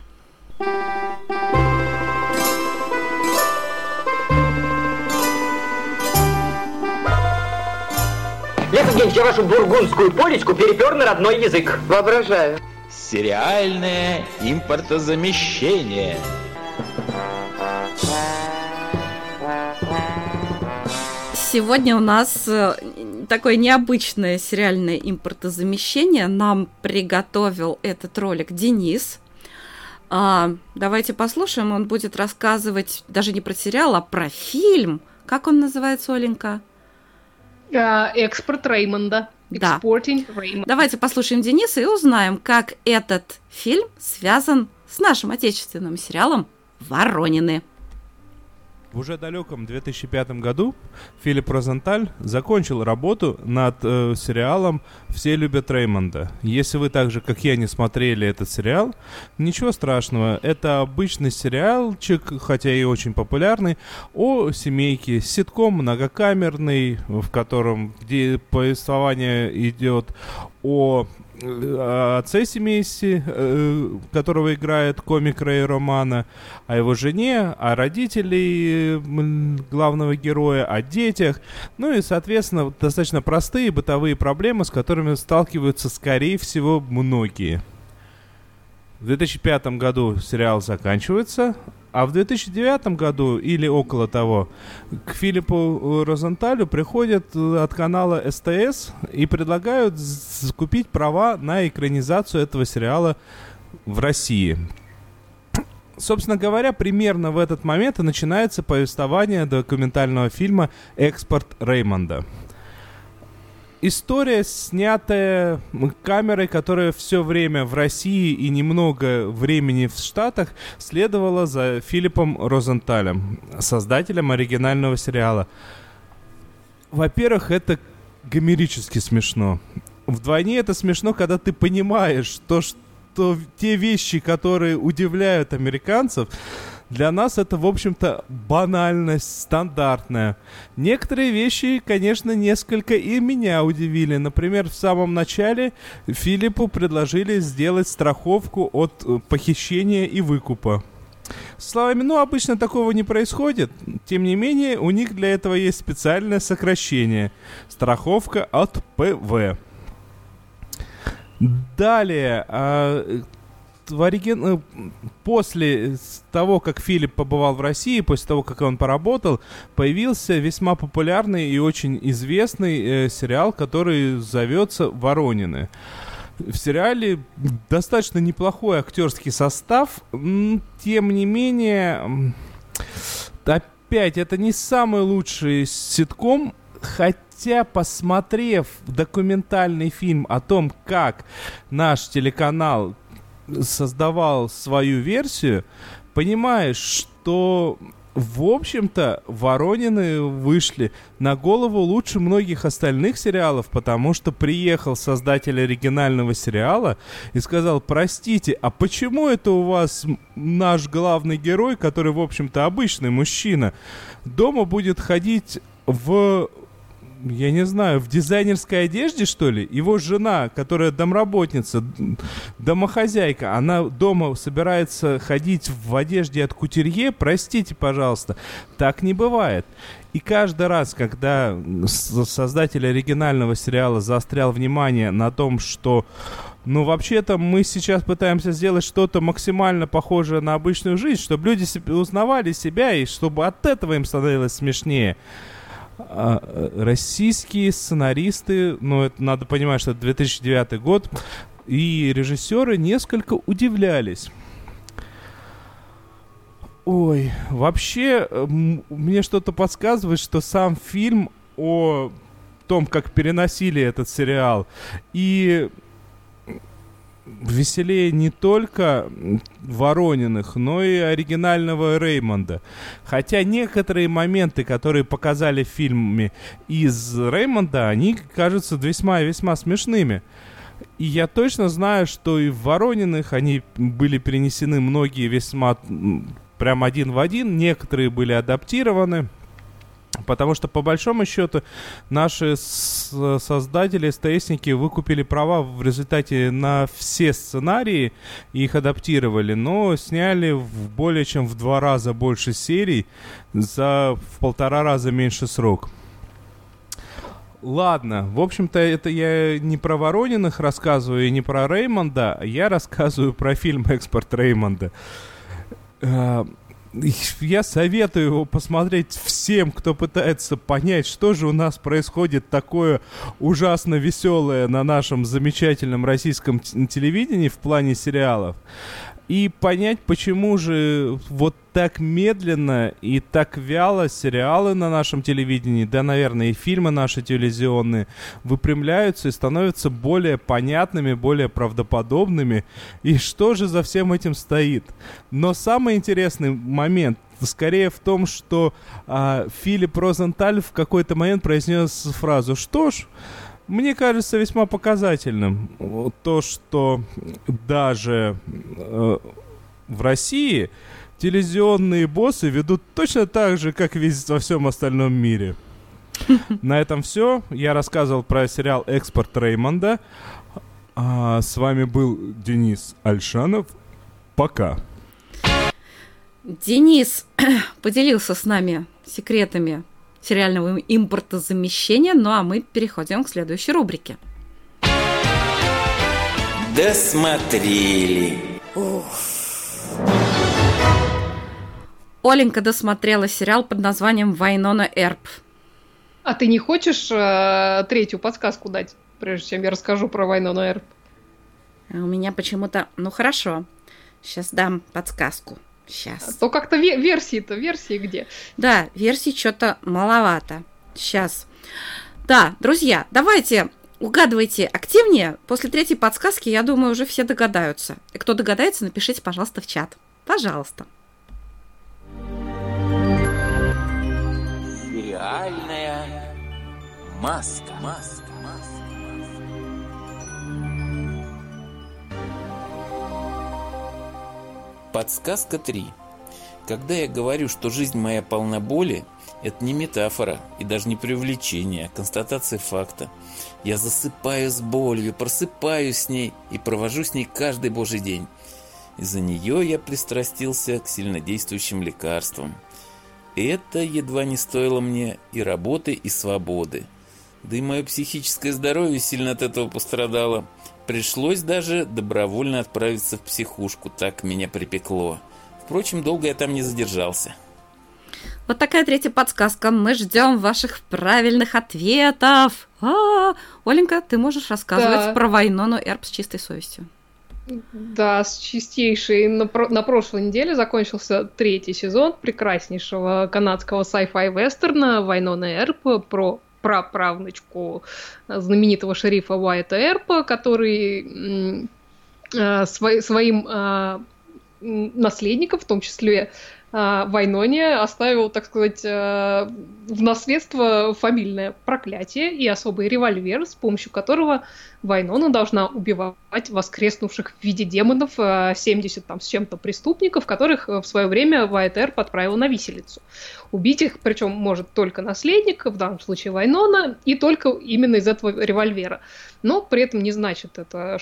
Лев Евгеньевич, я вашу бургундскую полечку перепер на родной язык. Воображаю. Сериальное импортозамещение. Сегодня у нас такое необычное сериальное импортозамещение. Нам приготовил этот ролик Денис. А, давайте послушаем. Он будет рассказывать даже не про сериал, а про фильм. Как он называется, Оленька? Экспорт Реймонда. Да. Реймонда. Давайте послушаем Дениса и узнаем, как этот фильм связан с нашим отечественным сериалом «Воронины». В уже далеком две тысячи пятом году Филипп Розенталь закончил работу над э, сериалом «Все любят Реймонда». Если вы так же, как я, не смотрели этот сериал, ничего страшного. Это обычный сериалчик, хотя и очень популярный, о семейке. Ситком многокамерный, в котором, где повествование идет о отце семейства, э, которого играет комик Рэй Романо, о его жене, о родителей главного героя, о детях. Ну и, соответственно, достаточно простые бытовые проблемы, с которыми сталкиваются, скорее всего, многие. В две тысячи пятом году сериал заканчивается, а в две тысячи девятом году или около того к Филиппу Розенталю приходят от канала СТС и предлагают закупить права на экранизацию этого сериала в России. Собственно говоря, примерно в этот момент и начинается повествование документального фильма «Экспорт Реймонда». История, снятая камерой, которая все время в России и немного времени в Штатах следовала за Филиппом Розенталем, создателем оригинального сериала. Во-первых, это гомерически смешно. Вдвойне это смешно, когда ты понимаешь, то, что те вещи, которые удивляют американцев, для нас это, в общем-то, банальность стандартная. Некоторые вещи, конечно, несколько и меня удивили. Например, в самом начале Филиппу предложили сделать страховку от похищения и выкупа. Словами, ну, обычно такого не происходит. Тем не менее, у них для этого есть специальное сокращение. Страховка от ПВ. Далее... А... В оригин... После того, как Филипп побывал в России, после того, как он поработал, появился весьма популярный и очень известный э, сериал, который зовется «Воронины». В сериале достаточно неплохой актерский состав, тем не менее, опять, это не самый лучший ситком, хотя, посмотрев документальный фильм о том, как наш телеканал создавал свою версию, понимаешь, что, в общем-то, «Воронины» вышли на голову лучше многих остальных сериалов, потому что приехал создатель оригинального сериала и сказал: простите, а почему это у вас наш главный герой, который, в общем-то, обычный мужчина, дома будет ходить в... я не знаю, в дизайнерской одежде, что ли? Его жена, которая домработница, домохозяйка, она дома собирается ходить в одежде от кутюрье? Простите, пожалуйста, так не бывает. И каждый раз, когда создатель оригинального сериала заострял внимание на том, что, ну, вообще-то мы сейчас пытаемся сделать что-то максимально похожее на обычную жизнь, чтобы люди узнавали себя и чтобы от этого им становилось смешнее. А российские сценаристы, ну, это надо понимать, что это две тысячи девятый год, и режиссеры несколько удивлялись. Ой, вообще, мне что-то подсказывает, что сам фильм о том, как переносили этот сериал, и веселее не только Ворониных, но и оригинального Реймонда. Хотя некоторые моменты, которые показали в фильме из Реймонда, они кажутся весьма и весьма смешными. И я точно знаю, что и в Ворониных они были перенесены многие весьма прям один в один, некоторые были адаптированы. Потому что, по большому счету, наши создатели, СТСники, выкупили права в результате на все сценарии и их адаптировали, но сняли в более чем в два раза больше серий за в полтора раза меньше срок. Ладно, в общем-то, это я не про Ворониных рассказываю и не про Реймонда, я рассказываю про фильм «Экспорт Реймонда». Я советую его посмотреть всем, кто пытается понять, что же у нас происходит такое ужасно веселое на нашем замечательном российском телевидении в плане сериалов. И понять, почему же вот так медленно и так вяло сериалы на нашем телевидении, да, наверное, и фильмы наши телевизионные выпрямляются и становятся более понятными, более правдоподобными. И что же за всем этим стоит? Но самый интересный момент скорее в том, что а, Филипп Розенталь в какой-то момент произнес фразу: что ж, мне кажется весьма показательным то, что даже э, в России телевизионные боссы ведут точно так же, как весь во всем остальном мире. На этом все. Я рассказывал про сериал «Экспорт Реймонда». А с вами был Денис Альшанов. Пока. Денис поделился с нами секретами сериального импортозамещения, ну а мы переходим к следующей рубрике. Досмотрели. Оленька досмотрела сериал под названием «Вайнона Эрп». А ты не хочешь э, третью подсказку дать, прежде чем я расскажу про Вайнону Эрп? У меня почему-то... Ну хорошо, сейчас дам подсказку. Сейчас. А то как-то ве- версии-то, версии где? Да, версий что-то маловато. Сейчас. Да, друзья, давайте угадывайте активнее. После третьей подсказки, я думаю, уже все догадаются. И кто догадается, напишите, пожалуйста, в чат. Пожалуйста. Сериальная маска. Маска. Подсказка три. Когда я говорю, что жизнь моя полна боли, это не метафора и даже не преувеличение, а констатация факта. Я засыпаю с болью, просыпаюсь с ней и провожу с ней каждый божий день. Из-за нее я пристрастился к сильнодействующим лекарствам. Это едва не стоило мне и работы, и свободы. Да и мое психическое здоровье сильно от этого пострадало. Пришлось даже добровольно отправиться в психушку, так меня припекло. Впрочем, долго я там не задержался. Вот такая третья подсказка. Мы ждем ваших правильных ответов. А-а-а. Оленька, ты можешь рассказывать да. про Вайнону Эрп с чистой совестью? Да, с чистейшей. На, про- на прошлой неделе закончился третий сезон прекраснейшего канадского sci-fi вестерна «Вайнона Эрп» про праправнучку знаменитого шерифа Уайта Эрпа, который э, свой, своим э, наследникам, в том числе э, Вайноне, оставил, так сказать, э, в наследство фамильное проклятие и особый револьвер, с помощью которого Вайнона должна убивать воскреснувших в виде демонов семьдесят там, с чем-то преступников, которых в свое время Уайт Эрп отправил на виселицу. Убить их, причем может только наследник, в данном случае Вайнона, и только именно из этого револьвера. Но при этом не значит это,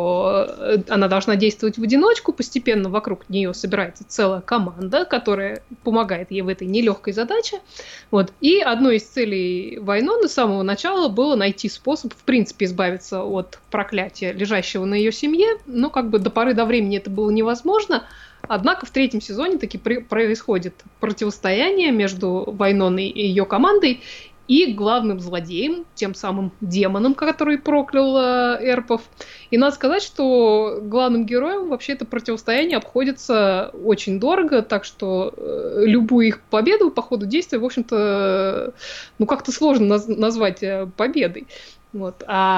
что она должна действовать в одиночку. Постепенно вокруг нее собирается целая команда, которая помогает ей в этой нелегкой задаче. Вот. И одной из целей Вайноны с самого начала было найти способ, в принципе, избавиться от проклятия, лежащего на ее семье. Но как бы до поры до времени это было невозможно. Однако в третьем сезоне таки при- происходит противостояние между Вайноной и ее командой и главным злодеем, тем самым демоном, который проклял э, Эрпов. И надо сказать, что главным героем вообще это противостояние обходится очень дорого, так что э, любую их победу по ходу действия, в общем-то, э, ну как-то сложно наз- назвать э, победой. Вот.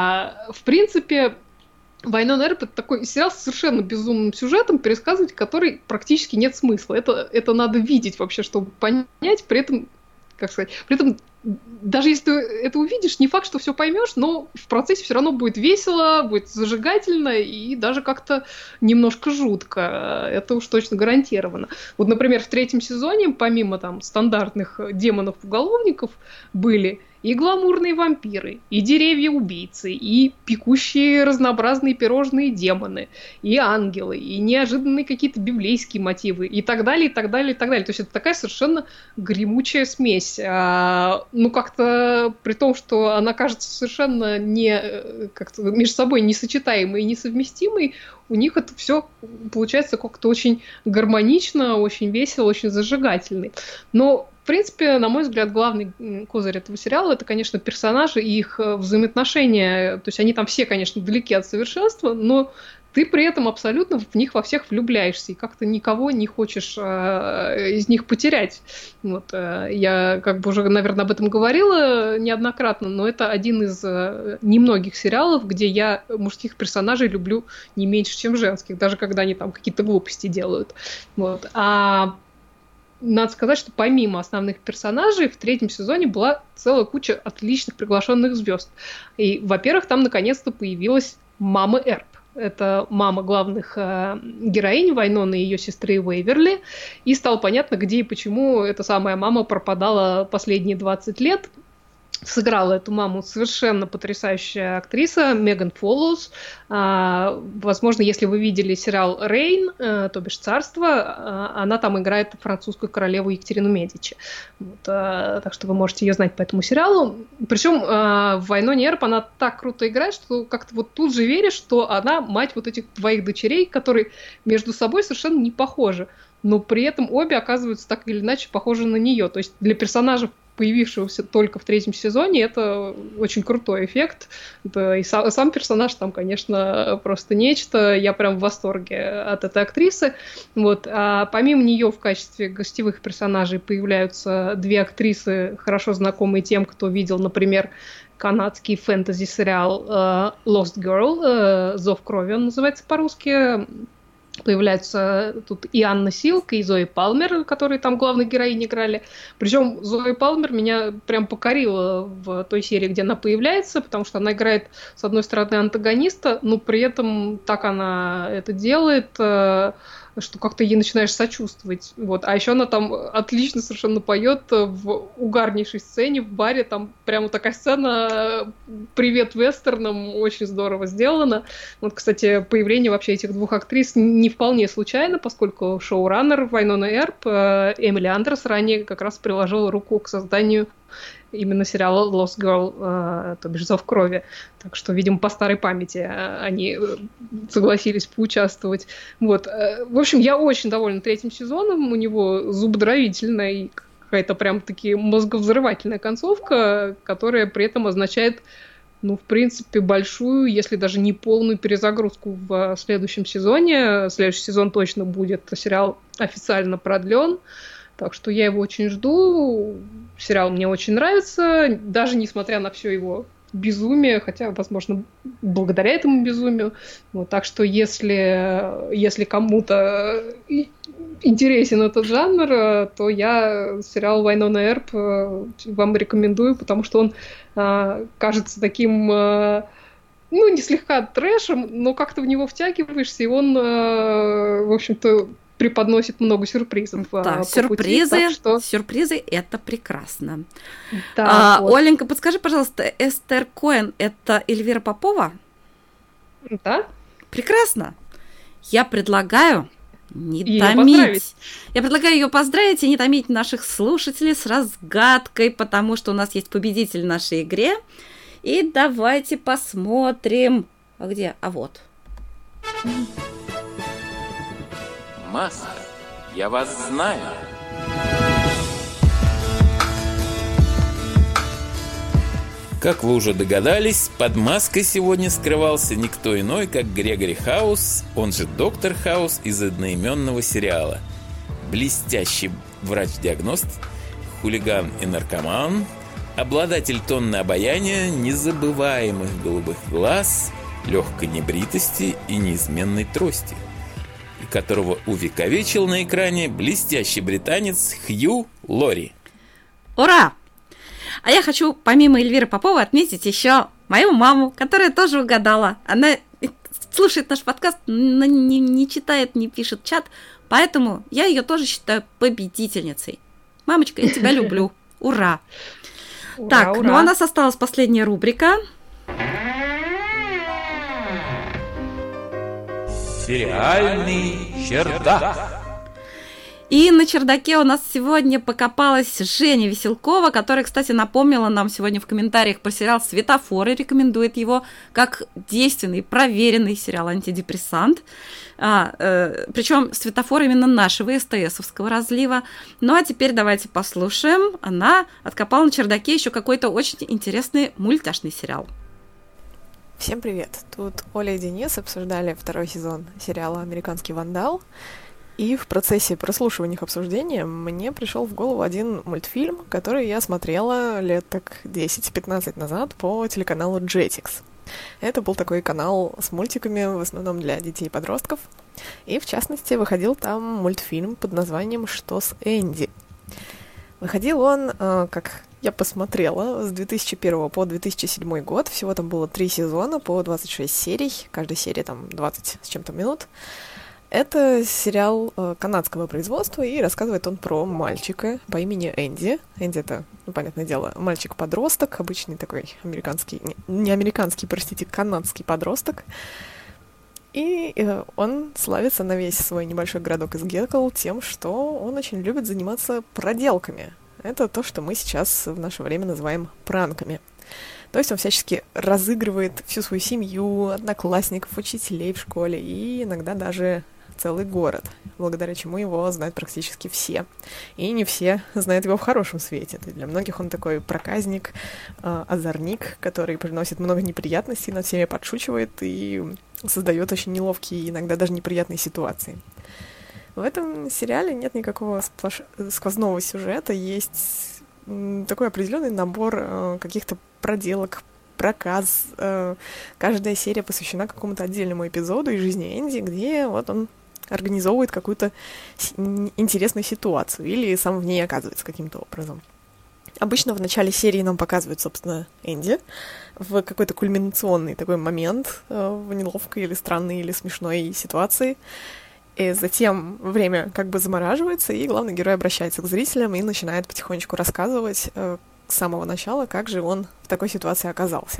А в принципе... «Вайнона Эрп» — это такой сериал с совершенно безумным сюжетом, пересказывать который практически нет смысла. Это, это надо видеть вообще, чтобы понять. При этом, как сказать, при этом даже если ты это увидишь, не факт, что все поймешь, но в процессе все равно будет весело, будет зажигательно и даже как-то немножко жутко. Это уж точно гарантированно. Вот, например, в третьем сезоне, помимо там стандартных демонов-уголовников, были и гламурные вампиры, и деревья-убийцы, и пекущие разнообразные пирожные демоны, и ангелы, и неожиданные какие-то библейские мотивы, и так далее, и так далее, и так далее. То есть это такая совершенно гремучая смесь. А, ну, как-то при том, что она кажется совершенно не, как-то между собой несочетаемой и несовместимой, у них это все получается как-то очень гармонично, очень весело, очень зажигательно. Но в принципе, на мой взгляд, главный козырь этого сериала — это, конечно, персонажи и их взаимоотношения. То есть они там все, конечно, далеки от совершенства, но ты при этом абсолютно в них во всех влюбляешься и как-то никого не хочешь э, из них потерять. Вот, э, я как бы уже, наверное, об этом говорила неоднократно, но это один из э, немногих сериалов, где я мужских персонажей люблю не меньше, чем женских, даже когда они там какие-то глупости делают. Вот. А надо сказать, что помимо основных персонажей в третьем сезоне была целая куча отличных приглашенных звезд. И, во-первых, там наконец-то появилась мама Эрп. Это мама главных э, героинь Вайноны и ее сестры Уэйверли. И стало понятно, где и почему эта самая мама пропадала последние двадцать лет. сыграла эту маму совершенно потрясающая актриса Меган Фоллоуз. А, возможно, если вы видели сериал «Рейн», а, то бишь «Царство», а, она там играет французскую королеву Екатерину Медичи. Вот, а, так что вы можете ее знать по этому сериалу. Причем а, в «Вайноне Эрп» она так круто играет, что как-то вот тут же веришь, что она мать вот этих двоих дочерей, которые между собой совершенно не похожи. Но при этом обе оказываются так или иначе похожи на нее. То есть для персонажа, появившегося только в третьем сезоне, это очень крутой эффект. И сам, сам персонаж там, конечно, просто нечто. Я прям в восторге от этой актрисы. Вот. А помимо нее в качестве гостевых персонажей появляются две актрисы, хорошо знакомые тем, кто видел, например, канадский фэнтези-сериал Lost Girl, «Зов крови» он называется по-русски. Появляются тут и Анна Силк, и Зои Палмер, которые там главных героинь играли. Причем Зои Палмер меня прям покорила в той серии, где она появляется, потому что она играет, с одной стороны, антагониста, но при этом так она это делает, что как-то ей начинаешь сочувствовать. Вот. А еще она там отлично совершенно поет в угарнейшей сцене в баре. Там прямо такая сцена «Привет вестернам», очень здорово сделана. Вот, кстати, появление вообще этих двух актрис не вполне случайно, поскольку шоураннер Вайнона Эрп Эмили Андерс ранее как раз приложила руку к созданию именно сериала Lost Girl, э, то бишь «Зов крови». Так что, видимо, по старой памяти они согласились поучаствовать. Вот. В общем, я очень довольна третьим сезоном. У него зубодробительная и какая-то прям-таки мозговзрывательная концовка, которая при этом означает, ну, в принципе, большую, если даже не полную перезагрузку в следующем сезоне. Следующий сезон точно будет, сериал официально продлен. Так что я его очень жду. Сериал мне очень нравится, даже несмотря на все его безумие, хотя, возможно, благодаря этому безумию. Вот, так что если, если кому-то интересен этот жанр, то я сериал «Вайнона Эрп» вам рекомендую, потому что он а, кажется таким... А, ну, не слегка трэшем, но как-то в него втягиваешься, и он, а, в общем-то, преподносит много сюрпризов. Да, по сюрпризы, пути, так что... сюрпризы – это прекрасно. Да, а, вот. Оленька, подскажи, пожалуйста, Эстер Коэн – это Эльвира Попова? Да. Прекрасно. Я предлагаю не Её томить. поздравить. Я предлагаю ее поздравить и не томить наших слушателей с разгадкой, потому что у нас есть победитель в нашей игре. И давайте посмотрим. А где? А вот. Маска, я вас знаю. Как вы уже догадались, под маской сегодня скрывался никто иной, как Грегори Хаус, он же Доктор Хаус из одноименного сериала. Блестящий врач-диагност, хулиган и наркоман, обладатель тонны обаяния, незабываемых голубых глаз, легкой небритости и неизменной трости, и которого увековечил на экране блестящий британец Хью Лори. Ура! А я хочу, помимо Эльвиры Поповой, отметить еще мою маму, которая тоже угадала. Она слушает наш подкаст, но не, не читает, не пишет чат, поэтому я ее тоже считаю победительницей. Мамочка, я тебя люблю. Ура! Ура, так, ура. ну у нас осталась последняя рубрика. Сериальный чердак. И на чердаке у нас сегодня покопалась Женя Веселкова, которая, кстати, напомнила нам сегодня в комментариях про сериал «Светофор» и рекомендует его как действенный, проверенный сериал антидепрессант. А, э, причем «Светофор» именно нашего СТСовского разлива. Ну а теперь давайте послушаем. Она откопала на чердаке еще какой-то очень интересный мультяшный сериал. Всем привет! Тут Оля и Денис обсуждали второй сезон сериала «Американский вандал». И в процессе прослушивания их обсуждения мне пришел в голову один мультфильм, который я смотрела лет так десять-пятнадцать назад по телеканалу Jetix. Это был такой канал с мультиками, в основном для детей и подростков. И, в частности, выходил там мультфильм под названием «Что с Энди?». Выходил он, как я посмотрела, с две тысячи первого по две тысячи седьмой год. Всего там было три сезона по двадцать шесть серий. Каждая серия там двадцать с чем-то минут. Это сериал э, канадского производства, и рассказывает он про мальчика по имени Энди. Энди — это, ну, понятное дело, мальчик-подросток, обычный такой американский, не, не американский, простите, канадский подросток. И э, он славится на весь свой небольшой городок из Гекл тем, что он очень любит заниматься проделками. Это то, что мы сейчас в наше время называем пранками. То есть он всячески разыгрывает всю свою семью, одноклассников, учителей в школе и иногда даже целый город, благодаря чему его знают практически все. И не все знают его в хорошем свете. Для многих он такой проказник, э, озорник, который приносит много неприятностей, над всеми подшучивает и создает очень неловкие, иногда даже неприятные ситуации. В этом сериале нет никакого сплош... сквозного сюжета, есть такой определенный набор э, каких-то проделок, проказ. Э, каждая серия посвящена какому-то отдельному эпизоду из жизни Энди, где вот он организовывает какую-то с... интересную ситуацию или сам в ней оказывается каким-то образом. Обычно в начале серии нам показывают, собственно, Энди в какой-то кульминационный такой момент э, в неловкой или странной или смешной ситуации. И затем время как бы замораживается, и главный герой обращается к зрителям и начинает потихонечку рассказывать э, с самого начала, как же он в такой ситуации оказался.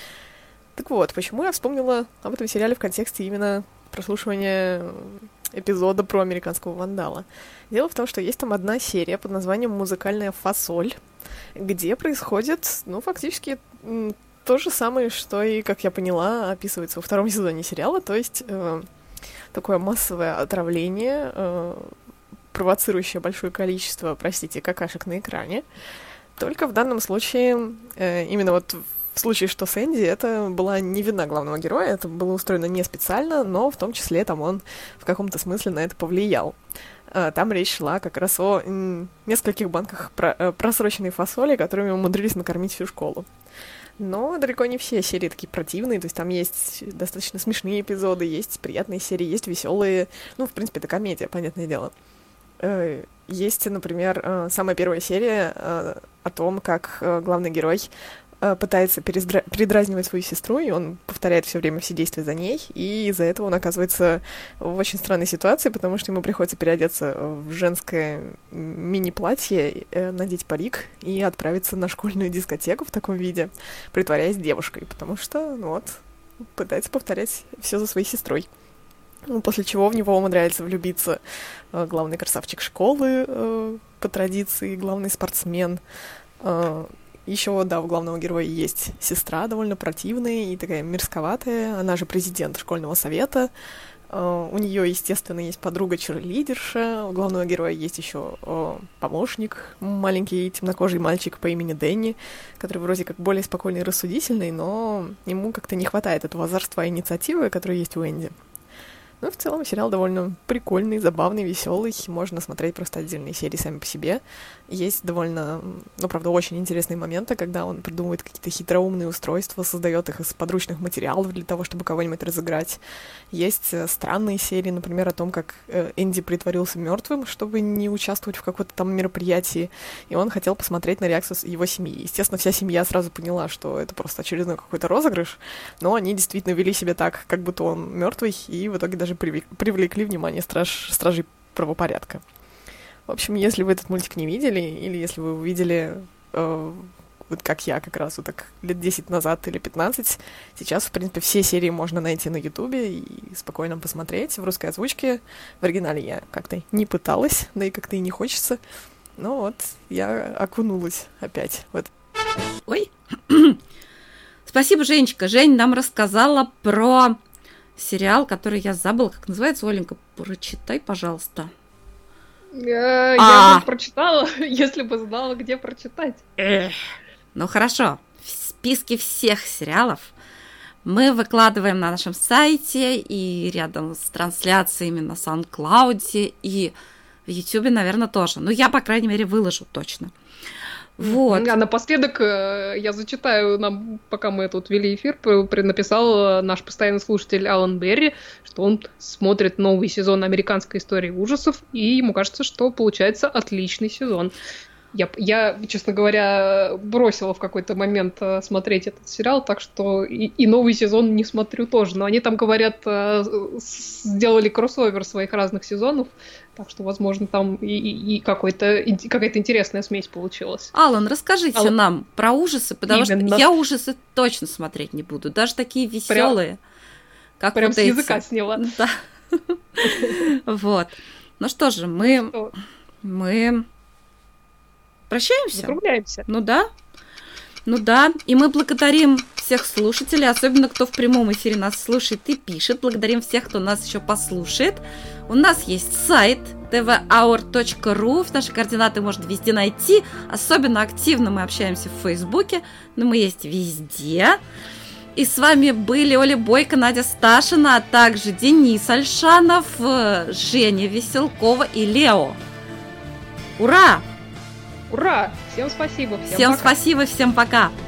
Так вот, почему я вспомнила об этом сериале в контексте именно прослушивания эпизода про американского вандала. Дело в том, что есть там одна серия под названием «Музыкальная фасоль», где происходит, ну, фактически то же самое, что и, как я поняла, описывается во втором сезоне сериала, то есть э, такое массовое отравление, э, провоцирующее большое количество, простите, какашек на экране. Только в данном случае, э, именно вот в случае, что с Энди, это была не вина главного героя, это было устроено не специально, но в том числе там он в каком-то смысле на это повлиял. Э, там речь шла как раз о м, нескольких банках про, э, просроченной фасоли, которыми умудрились накормить всю школу. Но далеко не все серии такие противные, то есть там есть достаточно смешные эпизоды, есть приятные серии, есть веселые, ну, в принципе, это комедия, понятное дело. Есть, например, самая первая серия о том, как главный герой пытается перездра... передразнивать свою сестру, и он повторяет все время все действия за ней, и из-за этого он оказывается в очень странной ситуации, потому что ему приходится переодеться в женское мини-платье, надеть парик и отправиться на школьную дискотеку в таком виде, притворяясь девушкой, потому что, ну вот, пытается повторять все за своей сестрой. После чего в него умудряется влюбиться главный красавчик школы, по традиции, главный спортсмен. Еще, да, у главного героя есть сестра довольно противная и такая мерзковатая, она же президент школьного совета. У нее, естественно, есть подруга-черлидерша, у главного героя есть еще помощник, маленький темнокожий мальчик по имени Дэнни, который вроде как более спокойный и рассудительный, но ему как-то не хватает этого озорства и инициативы, которая есть у Энди. Ну, в целом, сериал довольно прикольный, забавный, веселый. Можно смотреть просто отдельные серии сами по себе. Есть довольно, ну, правда, очень интересные моменты, когда он придумывает какие-то хитроумные устройства, создает их из подручных материалов для того, чтобы кого-нибудь разыграть. Есть странные серии, например, о том, как Энди притворился мертвым, чтобы не участвовать в каком-то там мероприятии, и он хотел посмотреть на реакцию его семьи. Естественно, вся семья сразу поняла, что это просто очередной какой-то розыгрыш, но они действительно вели себя так, как будто он мертвый, и в итоге даже привлекли внимание страж, стражей правопорядка. В общем, если вы этот мультик не видели, или если вы увидели, э, вот как я как раз вот так лет десять назад или пятнадцать, сейчас, в принципе, все серии можно найти на Ютубе и спокойно посмотреть в русской озвучке. В оригинале я как-то не пыталась, да и как-то и не хочется. Но вот я окунулась опять в это. Ой! Спасибо, Женечка. Жень нам рассказала про сериал, который я забыла, как называется. Оленька, прочитай, пожалуйста. Я, я бы прочитала, если бы знала, где прочитать. Эх. Ну хорошо. В списке всех сериалов мы выкладываем на нашем сайте и рядом с трансляциями на SoundCloud и в YouTube, наверное, тоже. Ну, я, по крайней мере, выложу точно. Вот. А напоследок я зачитаю нам, пока мы тут вели эфир, написал наш постоянный слушатель Алан Берри, что он смотрит новый сезон «Американской истории ужасов», и ему кажется, что получается отличный сезон. Я, я, честно говоря, бросила в какой-то момент смотреть этот сериал, так что и, и новый сезон не смотрю тоже. Но они там, говорят, сделали кроссовер своих разных сезонов, так что, возможно, там и, и, и какой-то, и какая-то интересная смесь получилась. Алан, расскажите Алан... нам про ужасы, потому Именно. что я ужасы точно смотреть не буду, даже такие веселые, Прям, как прям вот с эти. языка сняла. Да. Вот. Ну что же, мы... Мы... Прощаемся? Закругляемся. Ну да. Ну да. И мы благодарим всех слушателей, особенно кто в прямом эфире нас слушает и пишет. Благодарим всех, кто нас еще послушает. У нас есть сайт ти ви аур точка ру. Наши координаты можно везде найти. Особенно активно мы общаемся в Фейсбуке, но мы есть везде. И с вами были Оля Бойко, Надя Сташина, а также Денис Альшанов, Женя Веселкова и Лео. Ура! Ура! Всем спасибо. Всем, всем спасибо, всем пока.